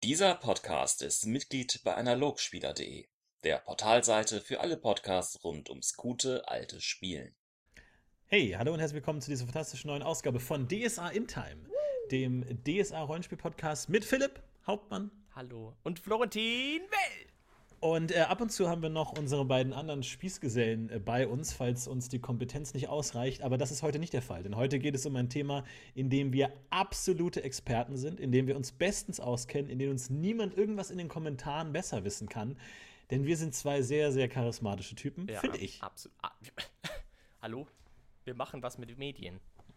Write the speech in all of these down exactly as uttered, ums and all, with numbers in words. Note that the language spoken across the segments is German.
Dieser Podcast ist Mitglied bei analogspieler punkt de, der Portalseite für alle Podcasts rund ums gute alte Spielen. Hey, hallo und herzlich willkommen zu dieser fantastischen neuen Ausgabe von D S A in Time, dem D S A-Rollenspiel-Podcast mit Philipp Hauptmann. Hallo. Und Florentin Well. Und äh, ab und zu haben wir noch unsere beiden anderen Spießgesellen äh, bei uns, falls uns die Kompetenz nicht ausreicht. Aber das ist heute nicht der Fall, denn heute geht es um ein Thema, in dem wir absolute Experten sind, in dem wir uns bestens auskennen, in dem uns niemand irgendwas in den Kommentaren besser wissen kann. Denn wir sind zwei sehr, sehr charismatische Typen, Ja, finde ich. Absolut. Hallo? Wir machen was mit Medien.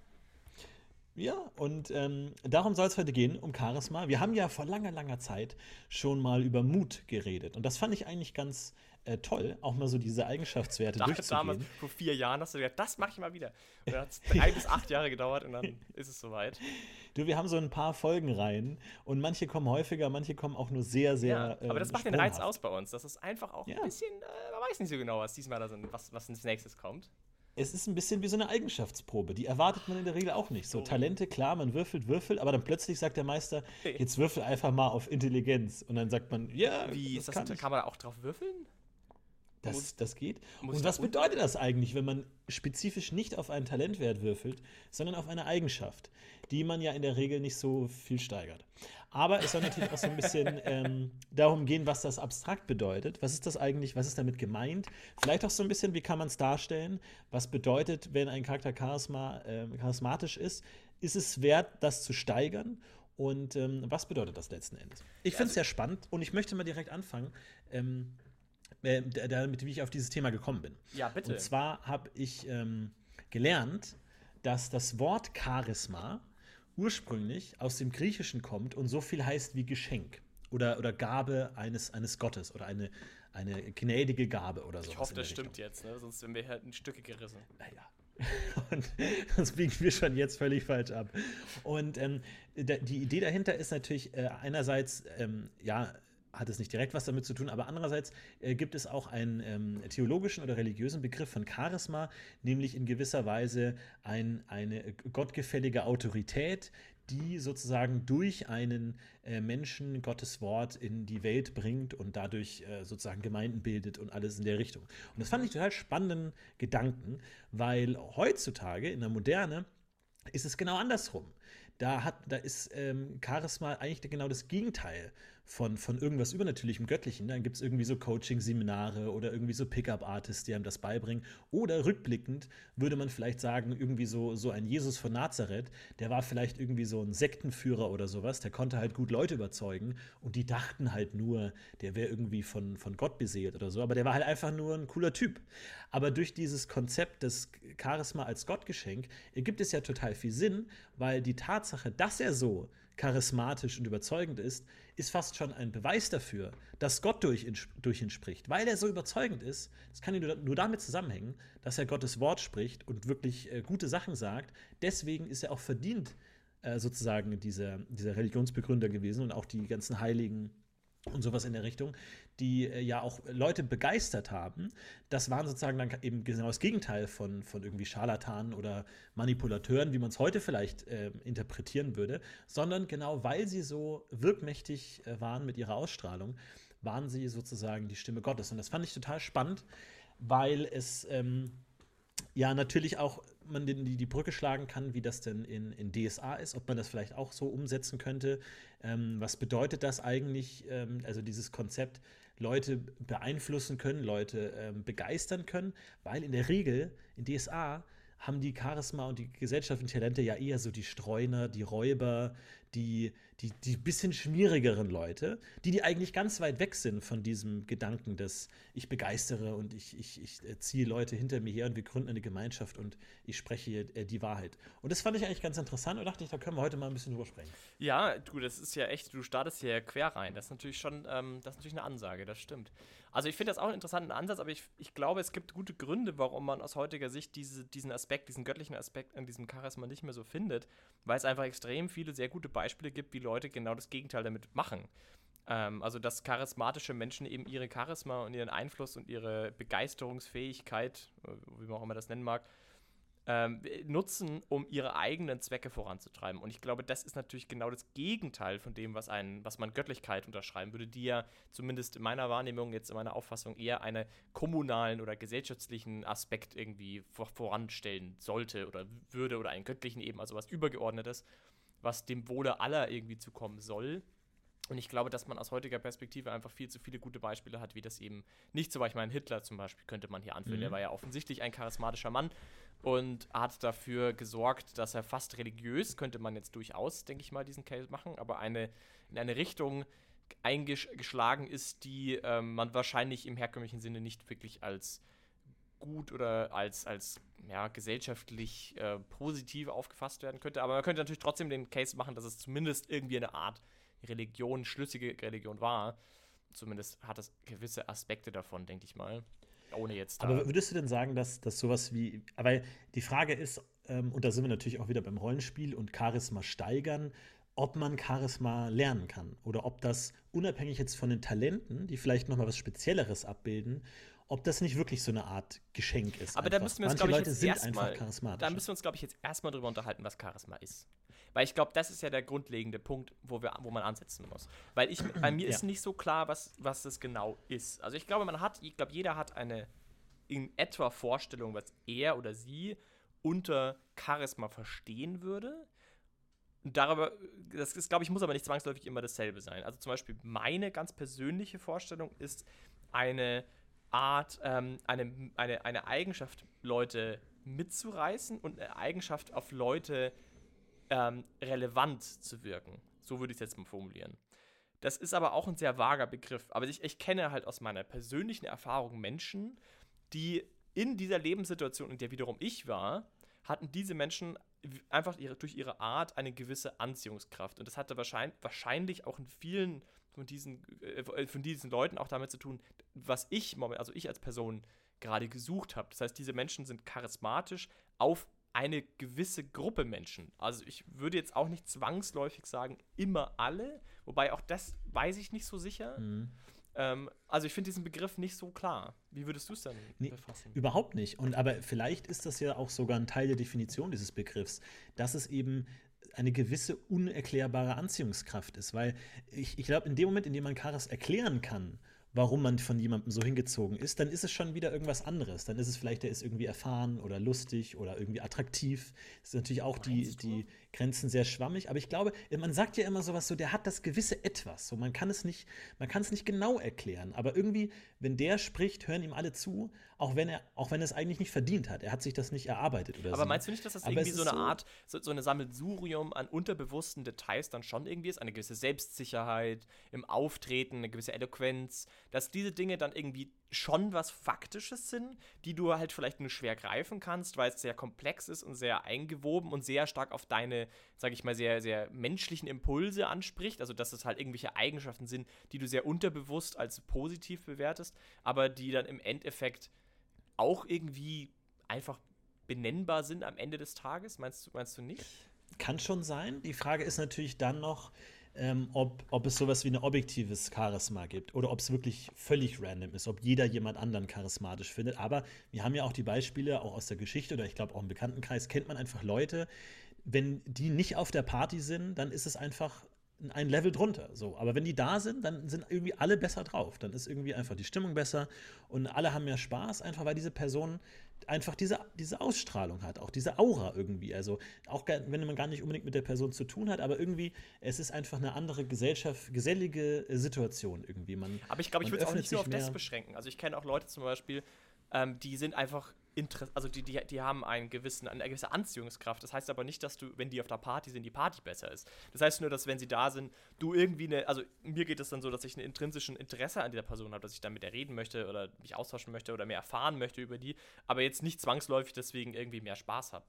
Ja, und ähm, darum soll es heute gehen, um Charisma. Wir haben ja vor langer, langer Zeit schon mal über Mut geredet. Und das fand ich eigentlich ganz äh, toll, auch mal so diese Eigenschaftswerte Da, durchzugehen. damals, vor vier Jahren, hast du gesagt, das mache ich mal wieder. Und dann hat es drei bis acht Jahre gedauert und dann ist es soweit. Du, wir haben so ein paar Folgen rein und manche kommen häufiger, manche kommen auch nur sehr, sehr Ja, aber ähm, das macht den sprunghaft. Reiz aus bei uns. Das ist einfach auch Ja. ein bisschen, äh, man weiß nicht so genau, was diesmal da sind, was, was als nächstes kommt. Es ist ein bisschen wie so eine Eigenschaftsprobe. Die erwartet man in der Regel auch nicht. So So. Talente, klar, man würfelt, würfelt, aber dann plötzlich sagt der Meister, Nee. jetzt würfel einfach mal auf Intelligenz. Und dann sagt man, ja, Wie ist das? kann Kann, ich. kann man da auch drauf würfeln? Das, Muss- das geht. muss Und da was unten- bedeutet das eigentlich, wenn man spezifisch nicht auf einen Talentwert würfelt, sondern auf eine Eigenschaft, die man ja in der Regel nicht so viel steigert? Aber es soll natürlich auch so ein bisschen ähm, darum gehen, was das abstrakt bedeutet. Was ist das eigentlich? Was ist damit gemeint? Vielleicht auch so ein bisschen, wie kann man es darstellen? Was bedeutet, wenn ein Charakter charisma, äh, charismatisch ist? Ist es wert, das zu steigern? Und ähm, was bedeutet das letzten Endes? Ich Ja, finde es also- sehr spannend und ich möchte mal direkt anfangen. Ähm, äh, damit, wie ich auf dieses Thema gekommen bin. Ja, bitte. Und zwar habe ich ähm, gelernt, dass das Wort Charisma ursprünglich aus dem Griechischen kommt und so viel heißt wie Geschenk oder, oder Gabe eines, eines Gottes oder eine, eine gnädige Gabe oder so. Ich hoffe, das stimmt jetzt, ne? Sonst wären wir halt in Stücke gerissen. Naja. Und das biegen wir schon jetzt völlig falsch ab. Und ähm, da, die Idee dahinter ist natürlich äh, einerseits, ähm, ja, hat es nicht direkt was damit zu tun, aber andererseits äh, gibt es auch einen ähm, theologischen oder religiösen Begriff von Charisma, nämlich in gewisser Weise ein, eine gottgefällige Autorität, die sozusagen durch einen äh, Menschen Gottes Wort in die Welt bringt und dadurch äh, sozusagen Gemeinden bildet und alles in der Richtung. Und das fand ich total spannenden Gedanken, weil heutzutage in der Moderne ist es genau andersrum. Da, hat, da ist ähm, Charisma eigentlich genau das Gegenteil von, von irgendwas Übernatürlichem, Göttlichen. Dann gibt es irgendwie so Coaching-Seminare oder irgendwie so Pickup-Artists, die einem das beibringen. Oder rückblickend würde man vielleicht sagen, irgendwie so, so ein Jesus von Nazareth, der war vielleicht irgendwie so ein Sektenführer oder sowas, der konnte halt gut Leute überzeugen und die dachten halt nur, der wäre irgendwie von, von Gott beseelt oder so, aber der war halt einfach nur ein cooler Typ. Aber durch dieses Konzept des Charisma als Gottgeschenk ergibt es ja total viel Sinn, weil die Tatsache, dass er so charismatisch und überzeugend ist, ist fast schon ein Beweis dafür, dass Gott durch ihn, durch ihn spricht. Weil er so überzeugend ist, das kann nur, nur damit zusammenhängen, dass er Gottes Wort spricht und wirklich äh, gute Sachen sagt. Deswegen ist er auch verdient, äh, sozusagen dieser, dieser Religionsbegründer gewesen und auch die ganzen Heiligen und sowas in der Richtung, die äh, ja auch Leute begeistert haben. Das waren sozusagen dann eben genau das Gegenteil von, von irgendwie Scharlatanen oder Manipulateuren, wie man es heute vielleicht äh, interpretieren würde, sondern genau weil sie so wirkmächtig äh, waren mit ihrer Ausstrahlung, waren sie sozusagen die Stimme Gottes. Und das fand ich total spannend, weil es ähm, ja natürlich auch man die, die Brücke schlagen kann, wie das denn in, in D S A ist, ob man das vielleicht auch so umsetzen könnte. Ähm, was bedeutet das eigentlich, ähm, also dieses Konzept, Leute beeinflussen können, Leute ähm, begeistern können, weil in der Regel in D S A haben die Charisma und die gesellschaftlichen Talente ja eher so die Streuner, die Räuber, die, die, die bisschen schmierigeren Leute, die, die eigentlich ganz weit weg sind von diesem Gedanken des ich begeistere und ich, ich, ich äh, ziehe Leute hinter mir her und wir gründen eine Gemeinschaft und ich spreche äh, die Wahrheit. Und das fand ich eigentlich ganz interessant und dachte ich, da können wir heute mal ein bisschen drüber sprechen. Ja, du, das ist ja echt, du startest hier quer rein. Das ist natürlich schon, ähm, das ist natürlich eine Ansage, das stimmt. Also ich finde das auch einen interessanten Ansatz, aber ich, ich glaube, es gibt gute Gründe, warum man aus heutiger Sicht diese, diesen Aspekt, diesen göttlichen Aspekt an diesem Charisma nicht mehr so findet, weil es einfach extrem viele sehr gute Beispiele gibt, wie Leute genau das Gegenteil damit machen. Ähm, also, dass charismatische Menschen eben ihre Charisma und ihren Einfluss und ihre Begeisterungsfähigkeit, äh, wie man auch immer das nennen mag, ähm, nutzen, um ihre eigenen Zwecke voranzutreiben. Und ich glaube, das ist natürlich genau das Gegenteil von dem, was, ein, was man Göttlichkeit unterschreiben würde, die ja zumindest in meiner Wahrnehmung, jetzt in meiner Auffassung, eher einen kommunalen oder gesellschaftlichen Aspekt irgendwie vor, voranstellen sollte oder würde oder einen göttlichen eben, also was Übergeordnetes, was dem Wohle aller irgendwie zukommen soll. Und ich glaube, dass man aus heutiger Perspektive einfach viel zu viele gute Beispiele hat, wie das eben nicht so war. Ich meine, Hitler zum Beispiel könnte man hier anführen. Mhm. Der war ja offensichtlich ein charismatischer Mann und hat dafür gesorgt, dass er fast religiös, könnte man jetzt durchaus, denke ich mal, diesen Case machen, aber eine, in eine Richtung eingeschlagen ist, die ähm, man wahrscheinlich im herkömmlichen Sinne nicht wirklich als gut oder als, als ja, gesellschaftlich äh, positiv aufgefasst werden könnte. Aber man könnte natürlich trotzdem den Case machen, dass es zumindest irgendwie eine Art Religion, schlüssige Religion war. Zumindest hat es gewisse Aspekte davon, denke ich mal. Ohne jetzt. Aber würdest du denn sagen, dass, dass sowas wie. Aber die Frage ist, ähm, und da sind wir natürlich auch wieder beim Rollenspiel und Charisma steigern, ob man Charisma lernen kann. Oder ob das unabhängig jetzt von den Talenten, die vielleicht nochmal was Spezielleres abbilden, ob das nicht wirklich so eine Art Geschenk ist. Aber einfach. da müssen wir uns, glaube ich, jetzt erstmal Da müssen wir uns, glaube ich, jetzt erstmal drüber unterhalten, was Charisma ist. Weil ich glaube, das ist ja der grundlegende Punkt, wo, wir, wo man ansetzen muss. Weil ich, bei mir ja. ist nicht so klar, was, was das genau ist. Also ich glaube, man hat, ich glaube, jeder hat eine in etwa Vorstellung, was er oder sie unter Charisma verstehen würde. Und darüber, das ist, glaube ich, muss aber nicht zwangsläufig immer dasselbe sein. Also zum Beispiel meine ganz persönliche Vorstellung ist eine Art, ähm, eine, eine, eine Eigenschaft, Leute mitzureißen und eine Eigenschaft, auf Leute ähm, relevant zu wirken. So würde ich es jetzt mal formulieren. Das ist aber auch ein sehr vager Begriff. Aber ich, ich kenne halt aus meiner persönlichen Erfahrung Menschen, die in dieser Lebenssituation, in der wiederum ich war, hatten diese Menschen einfach ihre, durch ihre Art eine gewisse Anziehungskraft. Und das hatte wahrscheinlich, wahrscheinlich auch in vielen von diesen, äh, von diesen Leuten auch damit zu tun, was ich, also ich als Person gerade gesucht habe. Das heißt, diese Menschen sind charismatisch auf eine gewisse Gruppe Menschen. Also ich würde jetzt auch nicht zwangsläufig sagen, immer alle, wobei auch das weiß ich nicht so sicher. Mhm. Ähm, also ich finde diesen Begriff nicht so klar. Wie würdest du es denn nee, befassen? Überhaupt nicht. Und aber vielleicht ist das ja auch sogar ein Teil der Definition dieses Begriffs, dass es eben eine gewisse unerklärbare Anziehungskraft ist. Weil ich, ich glaube, in dem Moment, in dem man Charis erklären kann, warum man von jemandem so hingezogen ist, dann ist es schon wieder irgendwas anderes. Dann ist es vielleicht, der ist irgendwie erfahren oder lustig oder irgendwie attraktiv. Das ist natürlich auch die, die Grenzen sehr schwammig. Aber ich glaube, man sagt ja immer sowas so, der hat das gewisse Etwas. So, man kann es nicht, man kann es nicht genau erklären. Aber irgendwie, wenn der spricht, hören ihm alle zu, auch wenn er, auch wenn er es eigentlich nicht verdient hat. Er hat sich das nicht erarbeitet oder so. Aber meinst du nicht, dass das irgendwie so eine so Art, so, so eine Sammelsurium an unterbewussten Details dann schon irgendwie ist? Eine gewisse Selbstsicherheit im Auftreten, eine gewisse Eloquenz, dass diese Dinge dann irgendwie schon was Faktisches sind, die du halt vielleicht nur schwer greifen kannst, weil es sehr komplex ist und sehr eingewoben und sehr stark auf deine, sag ich mal, sehr, sehr menschlichen Impulse anspricht. Also, dass es halt irgendwelche Eigenschaften sind, die du sehr unterbewusst als positiv bewertest, aber die dann im Endeffekt auch irgendwie einfach benennbar sind am Ende des Tages. Meinst du, meinst du nicht? Kann schon sein. Die Frage ist natürlich dann noch, Ähm, ob, ob es sowas wie ein objektives Charisma gibt oder ob es wirklich völlig random ist, ob jeder jemand anderen charismatisch findet. Aber wir haben ja auch die Beispiele, auch aus der Geschichte oder ich glaube auch im Bekanntenkreis, kennt man einfach Leute, wenn die nicht auf der Party sind, dann ist es einfach ein Level drunter. So. Aber wenn die da sind, dann sind irgendwie alle besser drauf. Dann ist irgendwie einfach die Stimmung besser und alle haben mehr Spaß, einfach weil diese Person einfach diese, diese Ausstrahlung hat, auch diese Aura irgendwie. Also auch wenn man gar nicht unbedingt mit der Person zu tun hat, aber irgendwie, es ist einfach eine andere Gesellschaft, gesellige Situation irgendwie. Man, aber ich glaube, ich würde es auch nicht nur auf das beschränken. Also ich kenne auch Leute zum Beispiel, ähm, die sind einfach Inter- also die, die, die haben einen gewissen, eine gewisse Anziehungskraft. Das heißt aber nicht, dass du, wenn die auf der Party sind, die Party besser ist. Das heißt nur, dass wenn sie da sind, du irgendwie eine, also mir geht es dann so, dass ich ein intrinsischen Interesse an dieser Person habe, dass ich dann mit der reden möchte oder mich austauschen möchte oder mehr erfahren möchte über die, aber jetzt nicht zwangsläufig deswegen irgendwie mehr Spaß habe.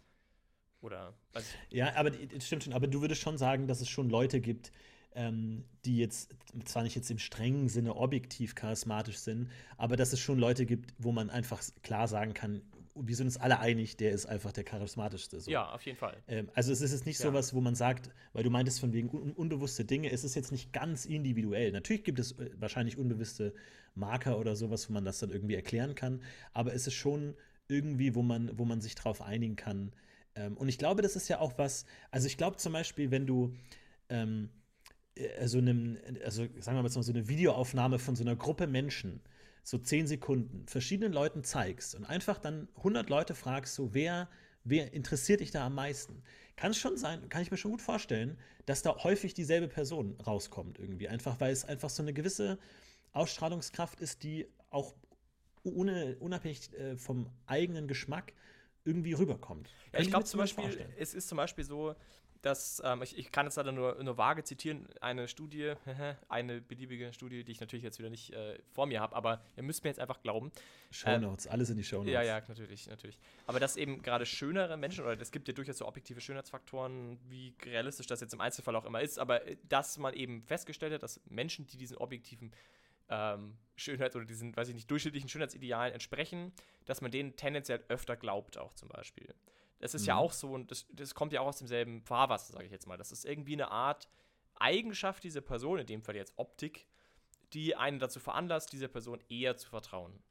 Oder? Also ja, aber das stimmt schon. Aber du würdest schon sagen, dass es schon Leute gibt, Ähm, die jetzt zwar nicht jetzt im strengen Sinne objektiv charismatisch sind, aber dass es schon Leute gibt, wo man einfach klar sagen kann, wir sind uns alle einig, der ist einfach der charismatischste. So. Ja, auf jeden Fall. Ähm, also es ist jetzt nicht ja. sowas, wo man sagt, weil du meintest von wegen un- unbewusste Dinge, es ist jetzt nicht ganz individuell. Natürlich gibt es äh, wahrscheinlich unbewusste Marker oder sowas, wo man das dann irgendwie erklären kann, aber es ist schon irgendwie, wo man, wo man sich drauf einigen kann. Ähm, und ich glaube, das ist ja auch was, also ich glaube zum Beispiel, wenn du ähm, äh, so einem, also sagen wir mal so eine Videoaufnahme von so einer Gruppe Menschen, so zehn Sekunden, verschiedenen Leuten zeigst und einfach dann hundert Leute fragst, so wer, wer interessiert dich da am meisten? Kann es schon sein, kann ich mir schon gut vorstellen, dass da häufig dieselbe Person rauskommt irgendwie. Einfach, weil es einfach so eine gewisse Ausstrahlungskraft ist, die auch ohne, unabhängig äh, vom eigenen Geschmack irgendwie rüberkommt. Ja, Könnte ich glaube mir zum zumindest Beispiel, vorstellen. es ist zum Beispiel so, dass, ähm, ich, ich kann jetzt leider nur, nur vage zitieren, eine Studie, eine beliebige Studie, die ich natürlich jetzt wieder nicht äh, vor mir habe, aber ihr müsst mir jetzt einfach glauben. Shownotes, ähm, alles in die Shownotes. Ja, ja, natürlich, natürlich. Aber dass eben gerade schönere Menschen, oder es gibt ja durchaus so objektive Schönheitsfaktoren, wie realistisch das jetzt im Einzelfall auch immer ist, aber dass man eben festgestellt hat, dass Menschen, die diesen objektiven ähm, Schönheit oder diesen, weiß ich nicht, durchschnittlichen Schönheitsidealen entsprechen, dass man denen tendenziell öfter glaubt auch zum Beispiel. Das ist mhm. ja auch so, und das, das kommt ja auch aus demselben Fahrwasser, sage ich jetzt mal. Das ist irgendwie eine Art Eigenschaft dieser Person, in dem Fall jetzt Optik, die einen dazu veranlasst, dieser Person eher zu vertrauen.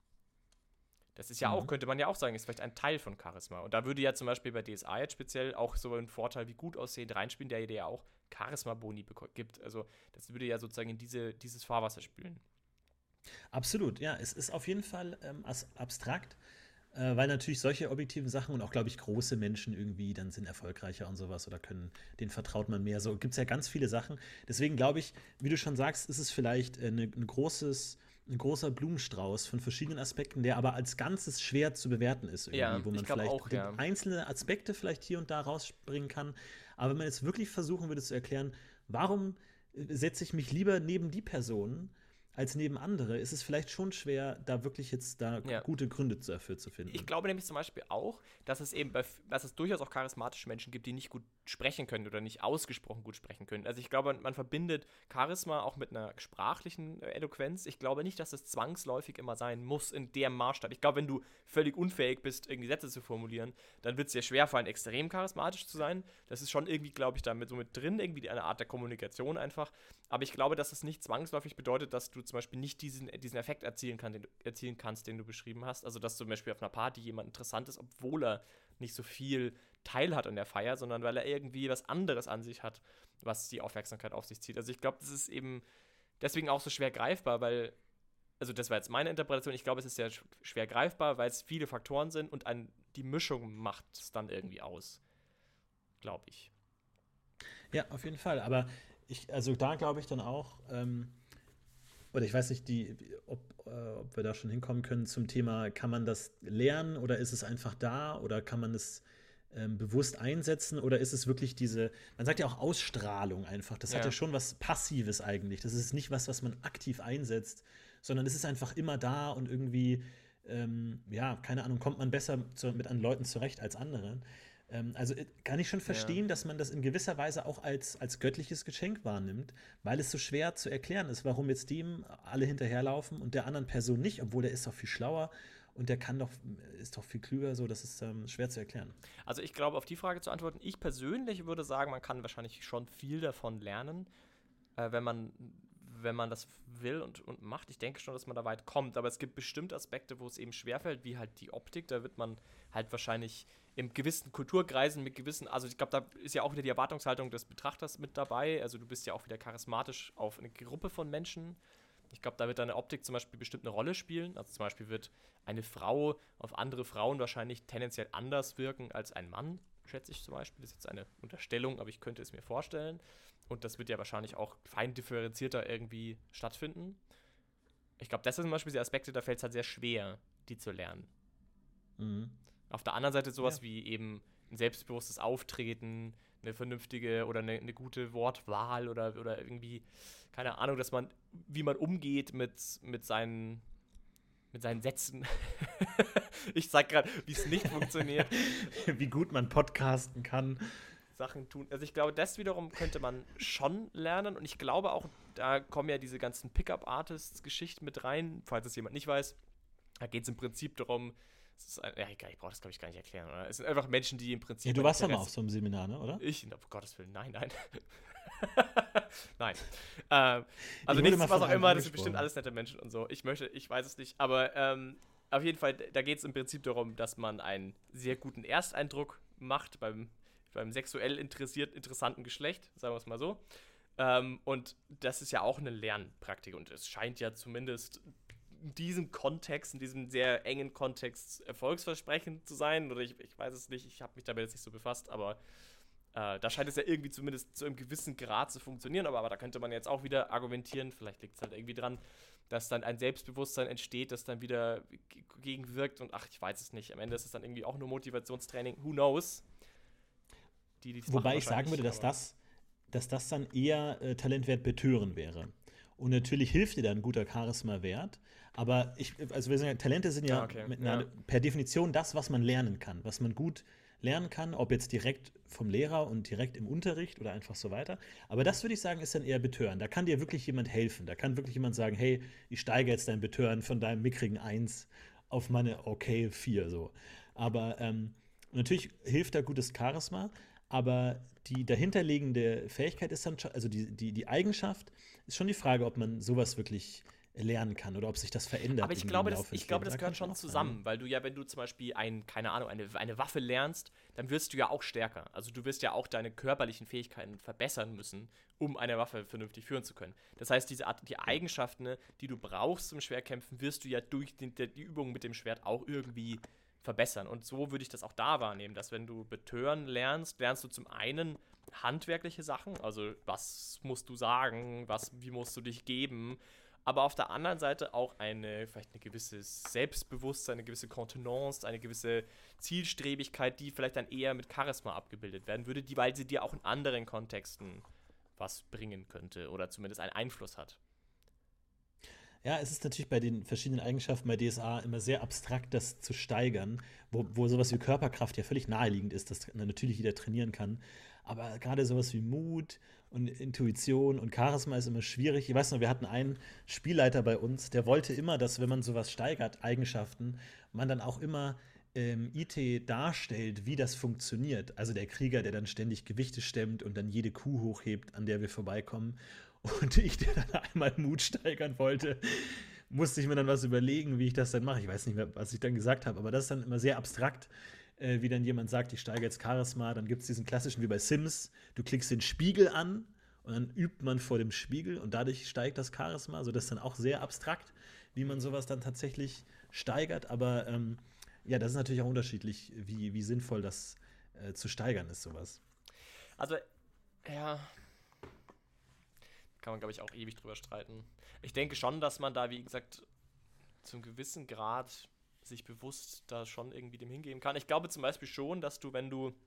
Das ist ja mhm. auch, könnte man ja auch sagen, ist vielleicht ein Teil von Charisma. Und da würde ja zum Beispiel bei D S A jetzt speziell auch so ein Vorteil wie gut aussehen reinspielen, der ja auch Charisma-Boni gibt. Also das würde ja sozusagen in diese, dieses Fahrwasser spülen. Absolut, ja. Es ist auf jeden Fall ähm, abstrakt, äh, weil natürlich solche objektiven Sachen und auch, glaube ich, große Menschen irgendwie dann sind erfolgreicher und sowas oder können, denen vertraut man mehr. So gibt es ja ganz viele Sachen. Deswegen glaube ich, wie du schon sagst, ist es vielleicht eine, ein, großes, ein großer Blumenstrauß von verschiedenen Aspekten, der aber als Ganzes schwer zu bewerten ist. Irgendwie, ja, wo man ich glaube vielleicht auch, ja. einzelne Aspekte vielleicht hier und da rausspringen kann. Aber wenn man jetzt wirklich versuchen würde zu erklären, warum setze ich mich lieber neben die Personen als neben andere, ist es vielleicht schon schwer, da wirklich jetzt da ja. gute Gründe dafür zu finden. Ich glaube nämlich zum Beispiel auch, dass es eben bei, dass es durchaus auch charismatische Menschen gibt, die nicht gut sprechen können oder nicht ausgesprochen gut sprechen können. Also ich glaube, man verbindet Charisma auch mit einer sprachlichen äh, Eloquenz. Ich glaube nicht, dass es zwangsläufig immer sein muss in dem Maßstab. Ich glaube, wenn du völlig unfähig bist, irgendwie Sätze zu formulieren, dann wird es dir schwerfallen, extrem charismatisch zu sein. Das ist schon irgendwie, glaube ich, da mit so mit drin, irgendwie eine Art der Kommunikation einfach. Aber ich glaube, dass es nicht zwangsläufig bedeutet, dass du zum Beispiel nicht diesen, diesen Effekt erzielen, kann, den du, erzielen kannst, den du beschrieben hast. Also, dass zum Beispiel auf einer Party jemand interessant ist, obwohl er nicht so viel Teil hat an der Feier, sondern weil er irgendwie was anderes an sich hat, was die Aufmerksamkeit auf sich zieht. Also, ich glaube, das ist eben deswegen auch so schwer greifbar, weil, also das war jetzt meine Interpretation, ich glaube, es ist sehr schwer greifbar, weil es viele Faktoren sind und ein, die Mischung macht es dann irgendwie aus. Glaube ich. Ja, auf jeden Fall. Aber ich, also da glaube ich dann auch, ähm, oder ich weiß nicht, die, ob, äh, ob wir da schon hinkommen können zum Thema, kann man das lernen oder ist es einfach da oder kann man es ähm, bewusst einsetzen oder ist es wirklich diese, man sagt ja auch Ausstrahlung einfach, das Ja. hat ja schon was Passives eigentlich, das ist nicht was, was man aktiv einsetzt, sondern es ist einfach immer da und irgendwie, ähm, ja, keine Ahnung, kommt man besser zu, mit anderen Leuten zurecht als anderen. Ähm, also äh, kann ich schon verstehen, Ja. dass man das in gewisser Weise auch als, als göttliches Geschenk wahrnimmt, weil es so schwer zu erklären ist, warum jetzt dem alle hinterherlaufen und der anderen Person nicht, obwohl der ist doch viel schlauer und der kann doch, ist doch viel klüger, so, das ist ähm, schwer zu erklären. Also ich glaube, auf die Frage zu antworten, ich persönlich würde sagen, man kann wahrscheinlich schon viel davon lernen, äh, wenn man wenn man das will und, und macht. Ich denke schon, dass man da weit kommt, aber es gibt bestimmte Aspekte, wo es eben schwerfällt, wie halt die Optik, da wird man halt wahrscheinlich in gewissen Kulturkreisen mit gewissen, also ich glaube, da ist ja auch wieder die Erwartungshaltung des Betrachters mit dabei, also du bist ja auch wieder charismatisch auf eine Gruppe von Menschen. Ich glaube, da wird deine Optik zum Beispiel bestimmt eine Rolle spielen, also zum Beispiel wird eine Frau auf andere Frauen wahrscheinlich tendenziell anders wirken als ein Mann, schätze ich zum Beispiel, das ist jetzt eine Unterstellung, aber ich könnte es mir vorstellen. Und das wird ja wahrscheinlich auch fein differenzierter irgendwie stattfinden. Ich glaube, das sind zum Beispiel die Aspekte, da fällt es halt sehr schwer, die zu lernen. Mhm. Auf der anderen Seite sowas Ja. wie eben ein selbstbewusstes Auftreten, eine vernünftige oder eine, eine gute Wortwahl oder, oder irgendwie, keine Ahnung, dass man, wie man umgeht mit, mit seinen mit seinen Sätzen. Ich sag gerade, wie es nicht funktioniert. Wie gut man podcasten kann. Sachen tun. Also ich glaube, das wiederum könnte man schon lernen und ich glaube auch, da kommen ja diese ganzen Pickup-Artists-Geschichten mit rein, falls es jemand nicht weiß. Da geht es im Prinzip darum, es ist ein, ja, egal, ich brauche das, glaube ich, gar nicht erklären. Oder? Es sind einfach Menschen, die im Prinzip... Ja, du warst ja mal auf so einem Seminar, ne, oder? Ich, um Gottes Willen, nein, nein. Nein. Ähm, also wurde nichts, mal was von auch einem immer, das sind angesprochen. bestimmt alles nette Menschen und so. Ich möchte, ich weiß es nicht, aber ähm, auf jeden Fall, da geht es im Prinzip darum, dass man einen sehr guten Ersteindruck macht beim, beim sexuell interessiert, interessanten Geschlecht, sagen wir es mal so. Ähm, und das ist ja auch eine Lernpraktik und es scheint ja zumindest in diesem Kontext, in diesem sehr engen Kontext erfolgsversprechend zu sein. Oder ich, ich weiß es nicht, ich habe mich damit jetzt nicht so befasst, aber äh, da scheint es ja irgendwie zumindest zu einem gewissen Grad zu funktionieren. Aber, aber da könnte man jetzt auch wieder argumentieren, vielleicht liegt es halt irgendwie dran, dass dann ein Selbstbewusstsein entsteht, das dann wieder g- gegenwirkt und ach, ich weiß es nicht. Am Ende ist es dann irgendwie auch nur Motivationstraining, who knows? Die, die Wobei ich sagen würde, dass das, dass das dann eher äh, Talentwert betören wäre. Und natürlich hilft dir dann ein guter Charisma-Wert, aber ich, also wir sagen, ja, Talente sind ja, Ah, okay. mit einer, Ja. per Definition das, was man lernen kann, was man gut lernen kann, ob jetzt direkt vom Lehrer und direkt im Unterricht oder einfach so weiter. Aber das würde ich sagen, ist dann eher Betören. Da kann dir wirklich jemand helfen. Da kann wirklich jemand sagen, hey, ich steige jetzt dein Betören von deinem mickrigen eins auf meine okay vier so. Aber ähm, natürlich hilft da gutes Charisma, aber die dahinterliegende Fähigkeit ist dann schon, also die, die, die Eigenschaft ist schon die Frage, ob man sowas wirklich lernen kann oder ob sich das verändert. Aber ich irgendwie glaube, im das, Laufe des ich glaube, Lebens. das Da kann gehört schon auch sein, zusammen, ne? weil du ja, wenn du zum Beispiel ein, keine Ahnung, eine, eine Waffe lernst, dann wirst du ja auch stärker. Also du wirst ja auch deine körperlichen Fähigkeiten verbessern müssen, um eine Waffe vernünftig führen zu können. Das heißt, diese Art, die Eigenschaften, ne, die du brauchst zum Schwertkämpfen, wirst du ja durch die, die Übung mit dem Schwert auch irgendwie verbessern. Und so würde ich das auch da wahrnehmen, dass wenn du betören lernst, lernst du zum einen handwerkliche Sachen, also was musst du sagen, was, wie musst du dich geben, aber auf der anderen Seite auch eine, vielleicht ein gewisses Selbstbewusstsein, eine gewisse Kontenance, eine gewisse Zielstrebigkeit, die vielleicht dann eher mit Charisma abgebildet werden würde, die, weil sie dir auch in anderen Kontexten was bringen könnte oder zumindest einen Einfluss hat. Ja, es ist natürlich bei den verschiedenen Eigenschaften bei D S A immer sehr abstrakt, das zu steigern, wo, wo sowas wie Körperkraft ja völlig naheliegend ist, das natürlich jeder trainieren kann. Aber gerade sowas wie Mut und Intuition und Charisma ist immer schwierig. Ich weiß noch, wir hatten einen Spielleiter bei uns, der wollte immer, dass, wenn man sowas steigert, Eigenschaften, man dann auch immer ähm, I T darstellt, wie das funktioniert. Also der Krieger, der dann ständig Gewichte stemmt und dann jede Kuh hochhebt, an der wir vorbeikommen. Und ich, der dann einmal Mut steigern wollte, musste ich mir dann was überlegen, wie ich das dann mache. Ich weiß nicht mehr, was ich dann gesagt habe, aber das ist dann immer sehr abstrakt, äh, wie dann jemand sagt, ich steige jetzt Charisma. Dann gibt es diesen klassischen, wie bei Sims, du klickst den Spiegel an und dann übt man vor dem Spiegel und dadurch steigt das Charisma. Also das ist dann auch sehr abstrakt, wie man sowas dann tatsächlich steigert. Aber ähm, ja, das ist natürlich auch unterschiedlich, wie, wie sinnvoll das äh, zu steigern ist, sowas. Also, ja, kann man, glaube ich, auch ewig drüber streiten. Ich denke schon, dass man da, wie gesagt, zum gewissen Grad sich bewusst da schon irgendwie dem hingeben kann. Ich glaube zum Beispiel schon, dass du, wenn du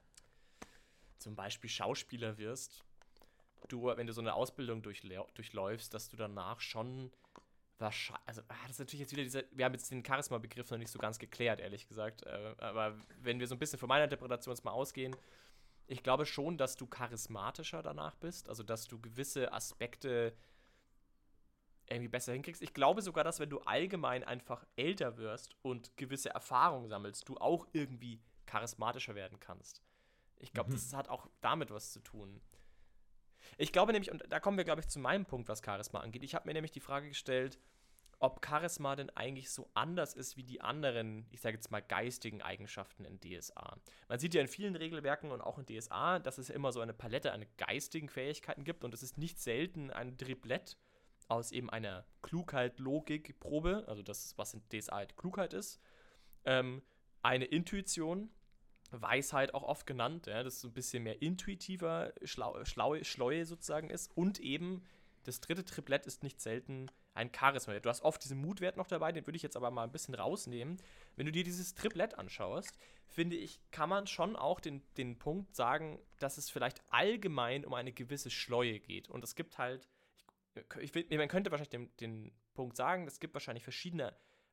zum Beispiel Schauspieler wirst, du, wenn du so eine Ausbildung durchlau- durchläufst, dass du danach schon wahrscheinlich, also ah, das ist natürlich jetzt wieder dieser, wir haben jetzt den Charisma-Begriff noch nicht so ganz geklärt, ehrlich gesagt, äh, aber wenn wir so ein bisschen von meiner Interpretation jetzt mal ausgehen, ich glaube schon, dass du charismatischer danach bist, also dass du gewisse Aspekte irgendwie besser hinkriegst. Ich glaube sogar, dass wenn du allgemein einfach älter wirst und gewisse Erfahrungen sammelst, du auch irgendwie charismatischer werden kannst. Ich glaube, Mhm. das hat auch damit was zu tun. Ich glaube nämlich, und da kommen wir, glaube ich, zu meinem Punkt, was Charisma angeht. Ich habe mir nämlich die Frage gestellt, ob Charisma denn eigentlich so anders ist wie die anderen, ich sage jetzt mal, geistigen Eigenschaften in D S A. Man sieht ja in vielen Regelwerken und auch in D S A, dass es immer so eine Palette an geistigen Fähigkeiten gibt und es ist nicht selten ein Triplett aus eben einer Klugheit-Logik-Probe, also das, was in D S A halt Klugheit ist, ähm, eine Intuition, Weisheit auch oft genannt, ja, das so ein bisschen mehr intuitiver, schlau, schlau, schleue sozusagen ist und eben das dritte Triplett ist nicht selten ein Charisma. Du hast oft diesen Mutwert noch dabei, den würde ich jetzt aber mal ein bisschen rausnehmen. Wenn du dir dieses Triplett anschaust, finde ich, kann man schon auch den, den Punkt sagen, dass es vielleicht allgemein um eine gewisse Schleue geht. Und es gibt halt, ich, ich, man könnte wahrscheinlich den, den Punkt sagen, es gibt wahrscheinlich verschiedene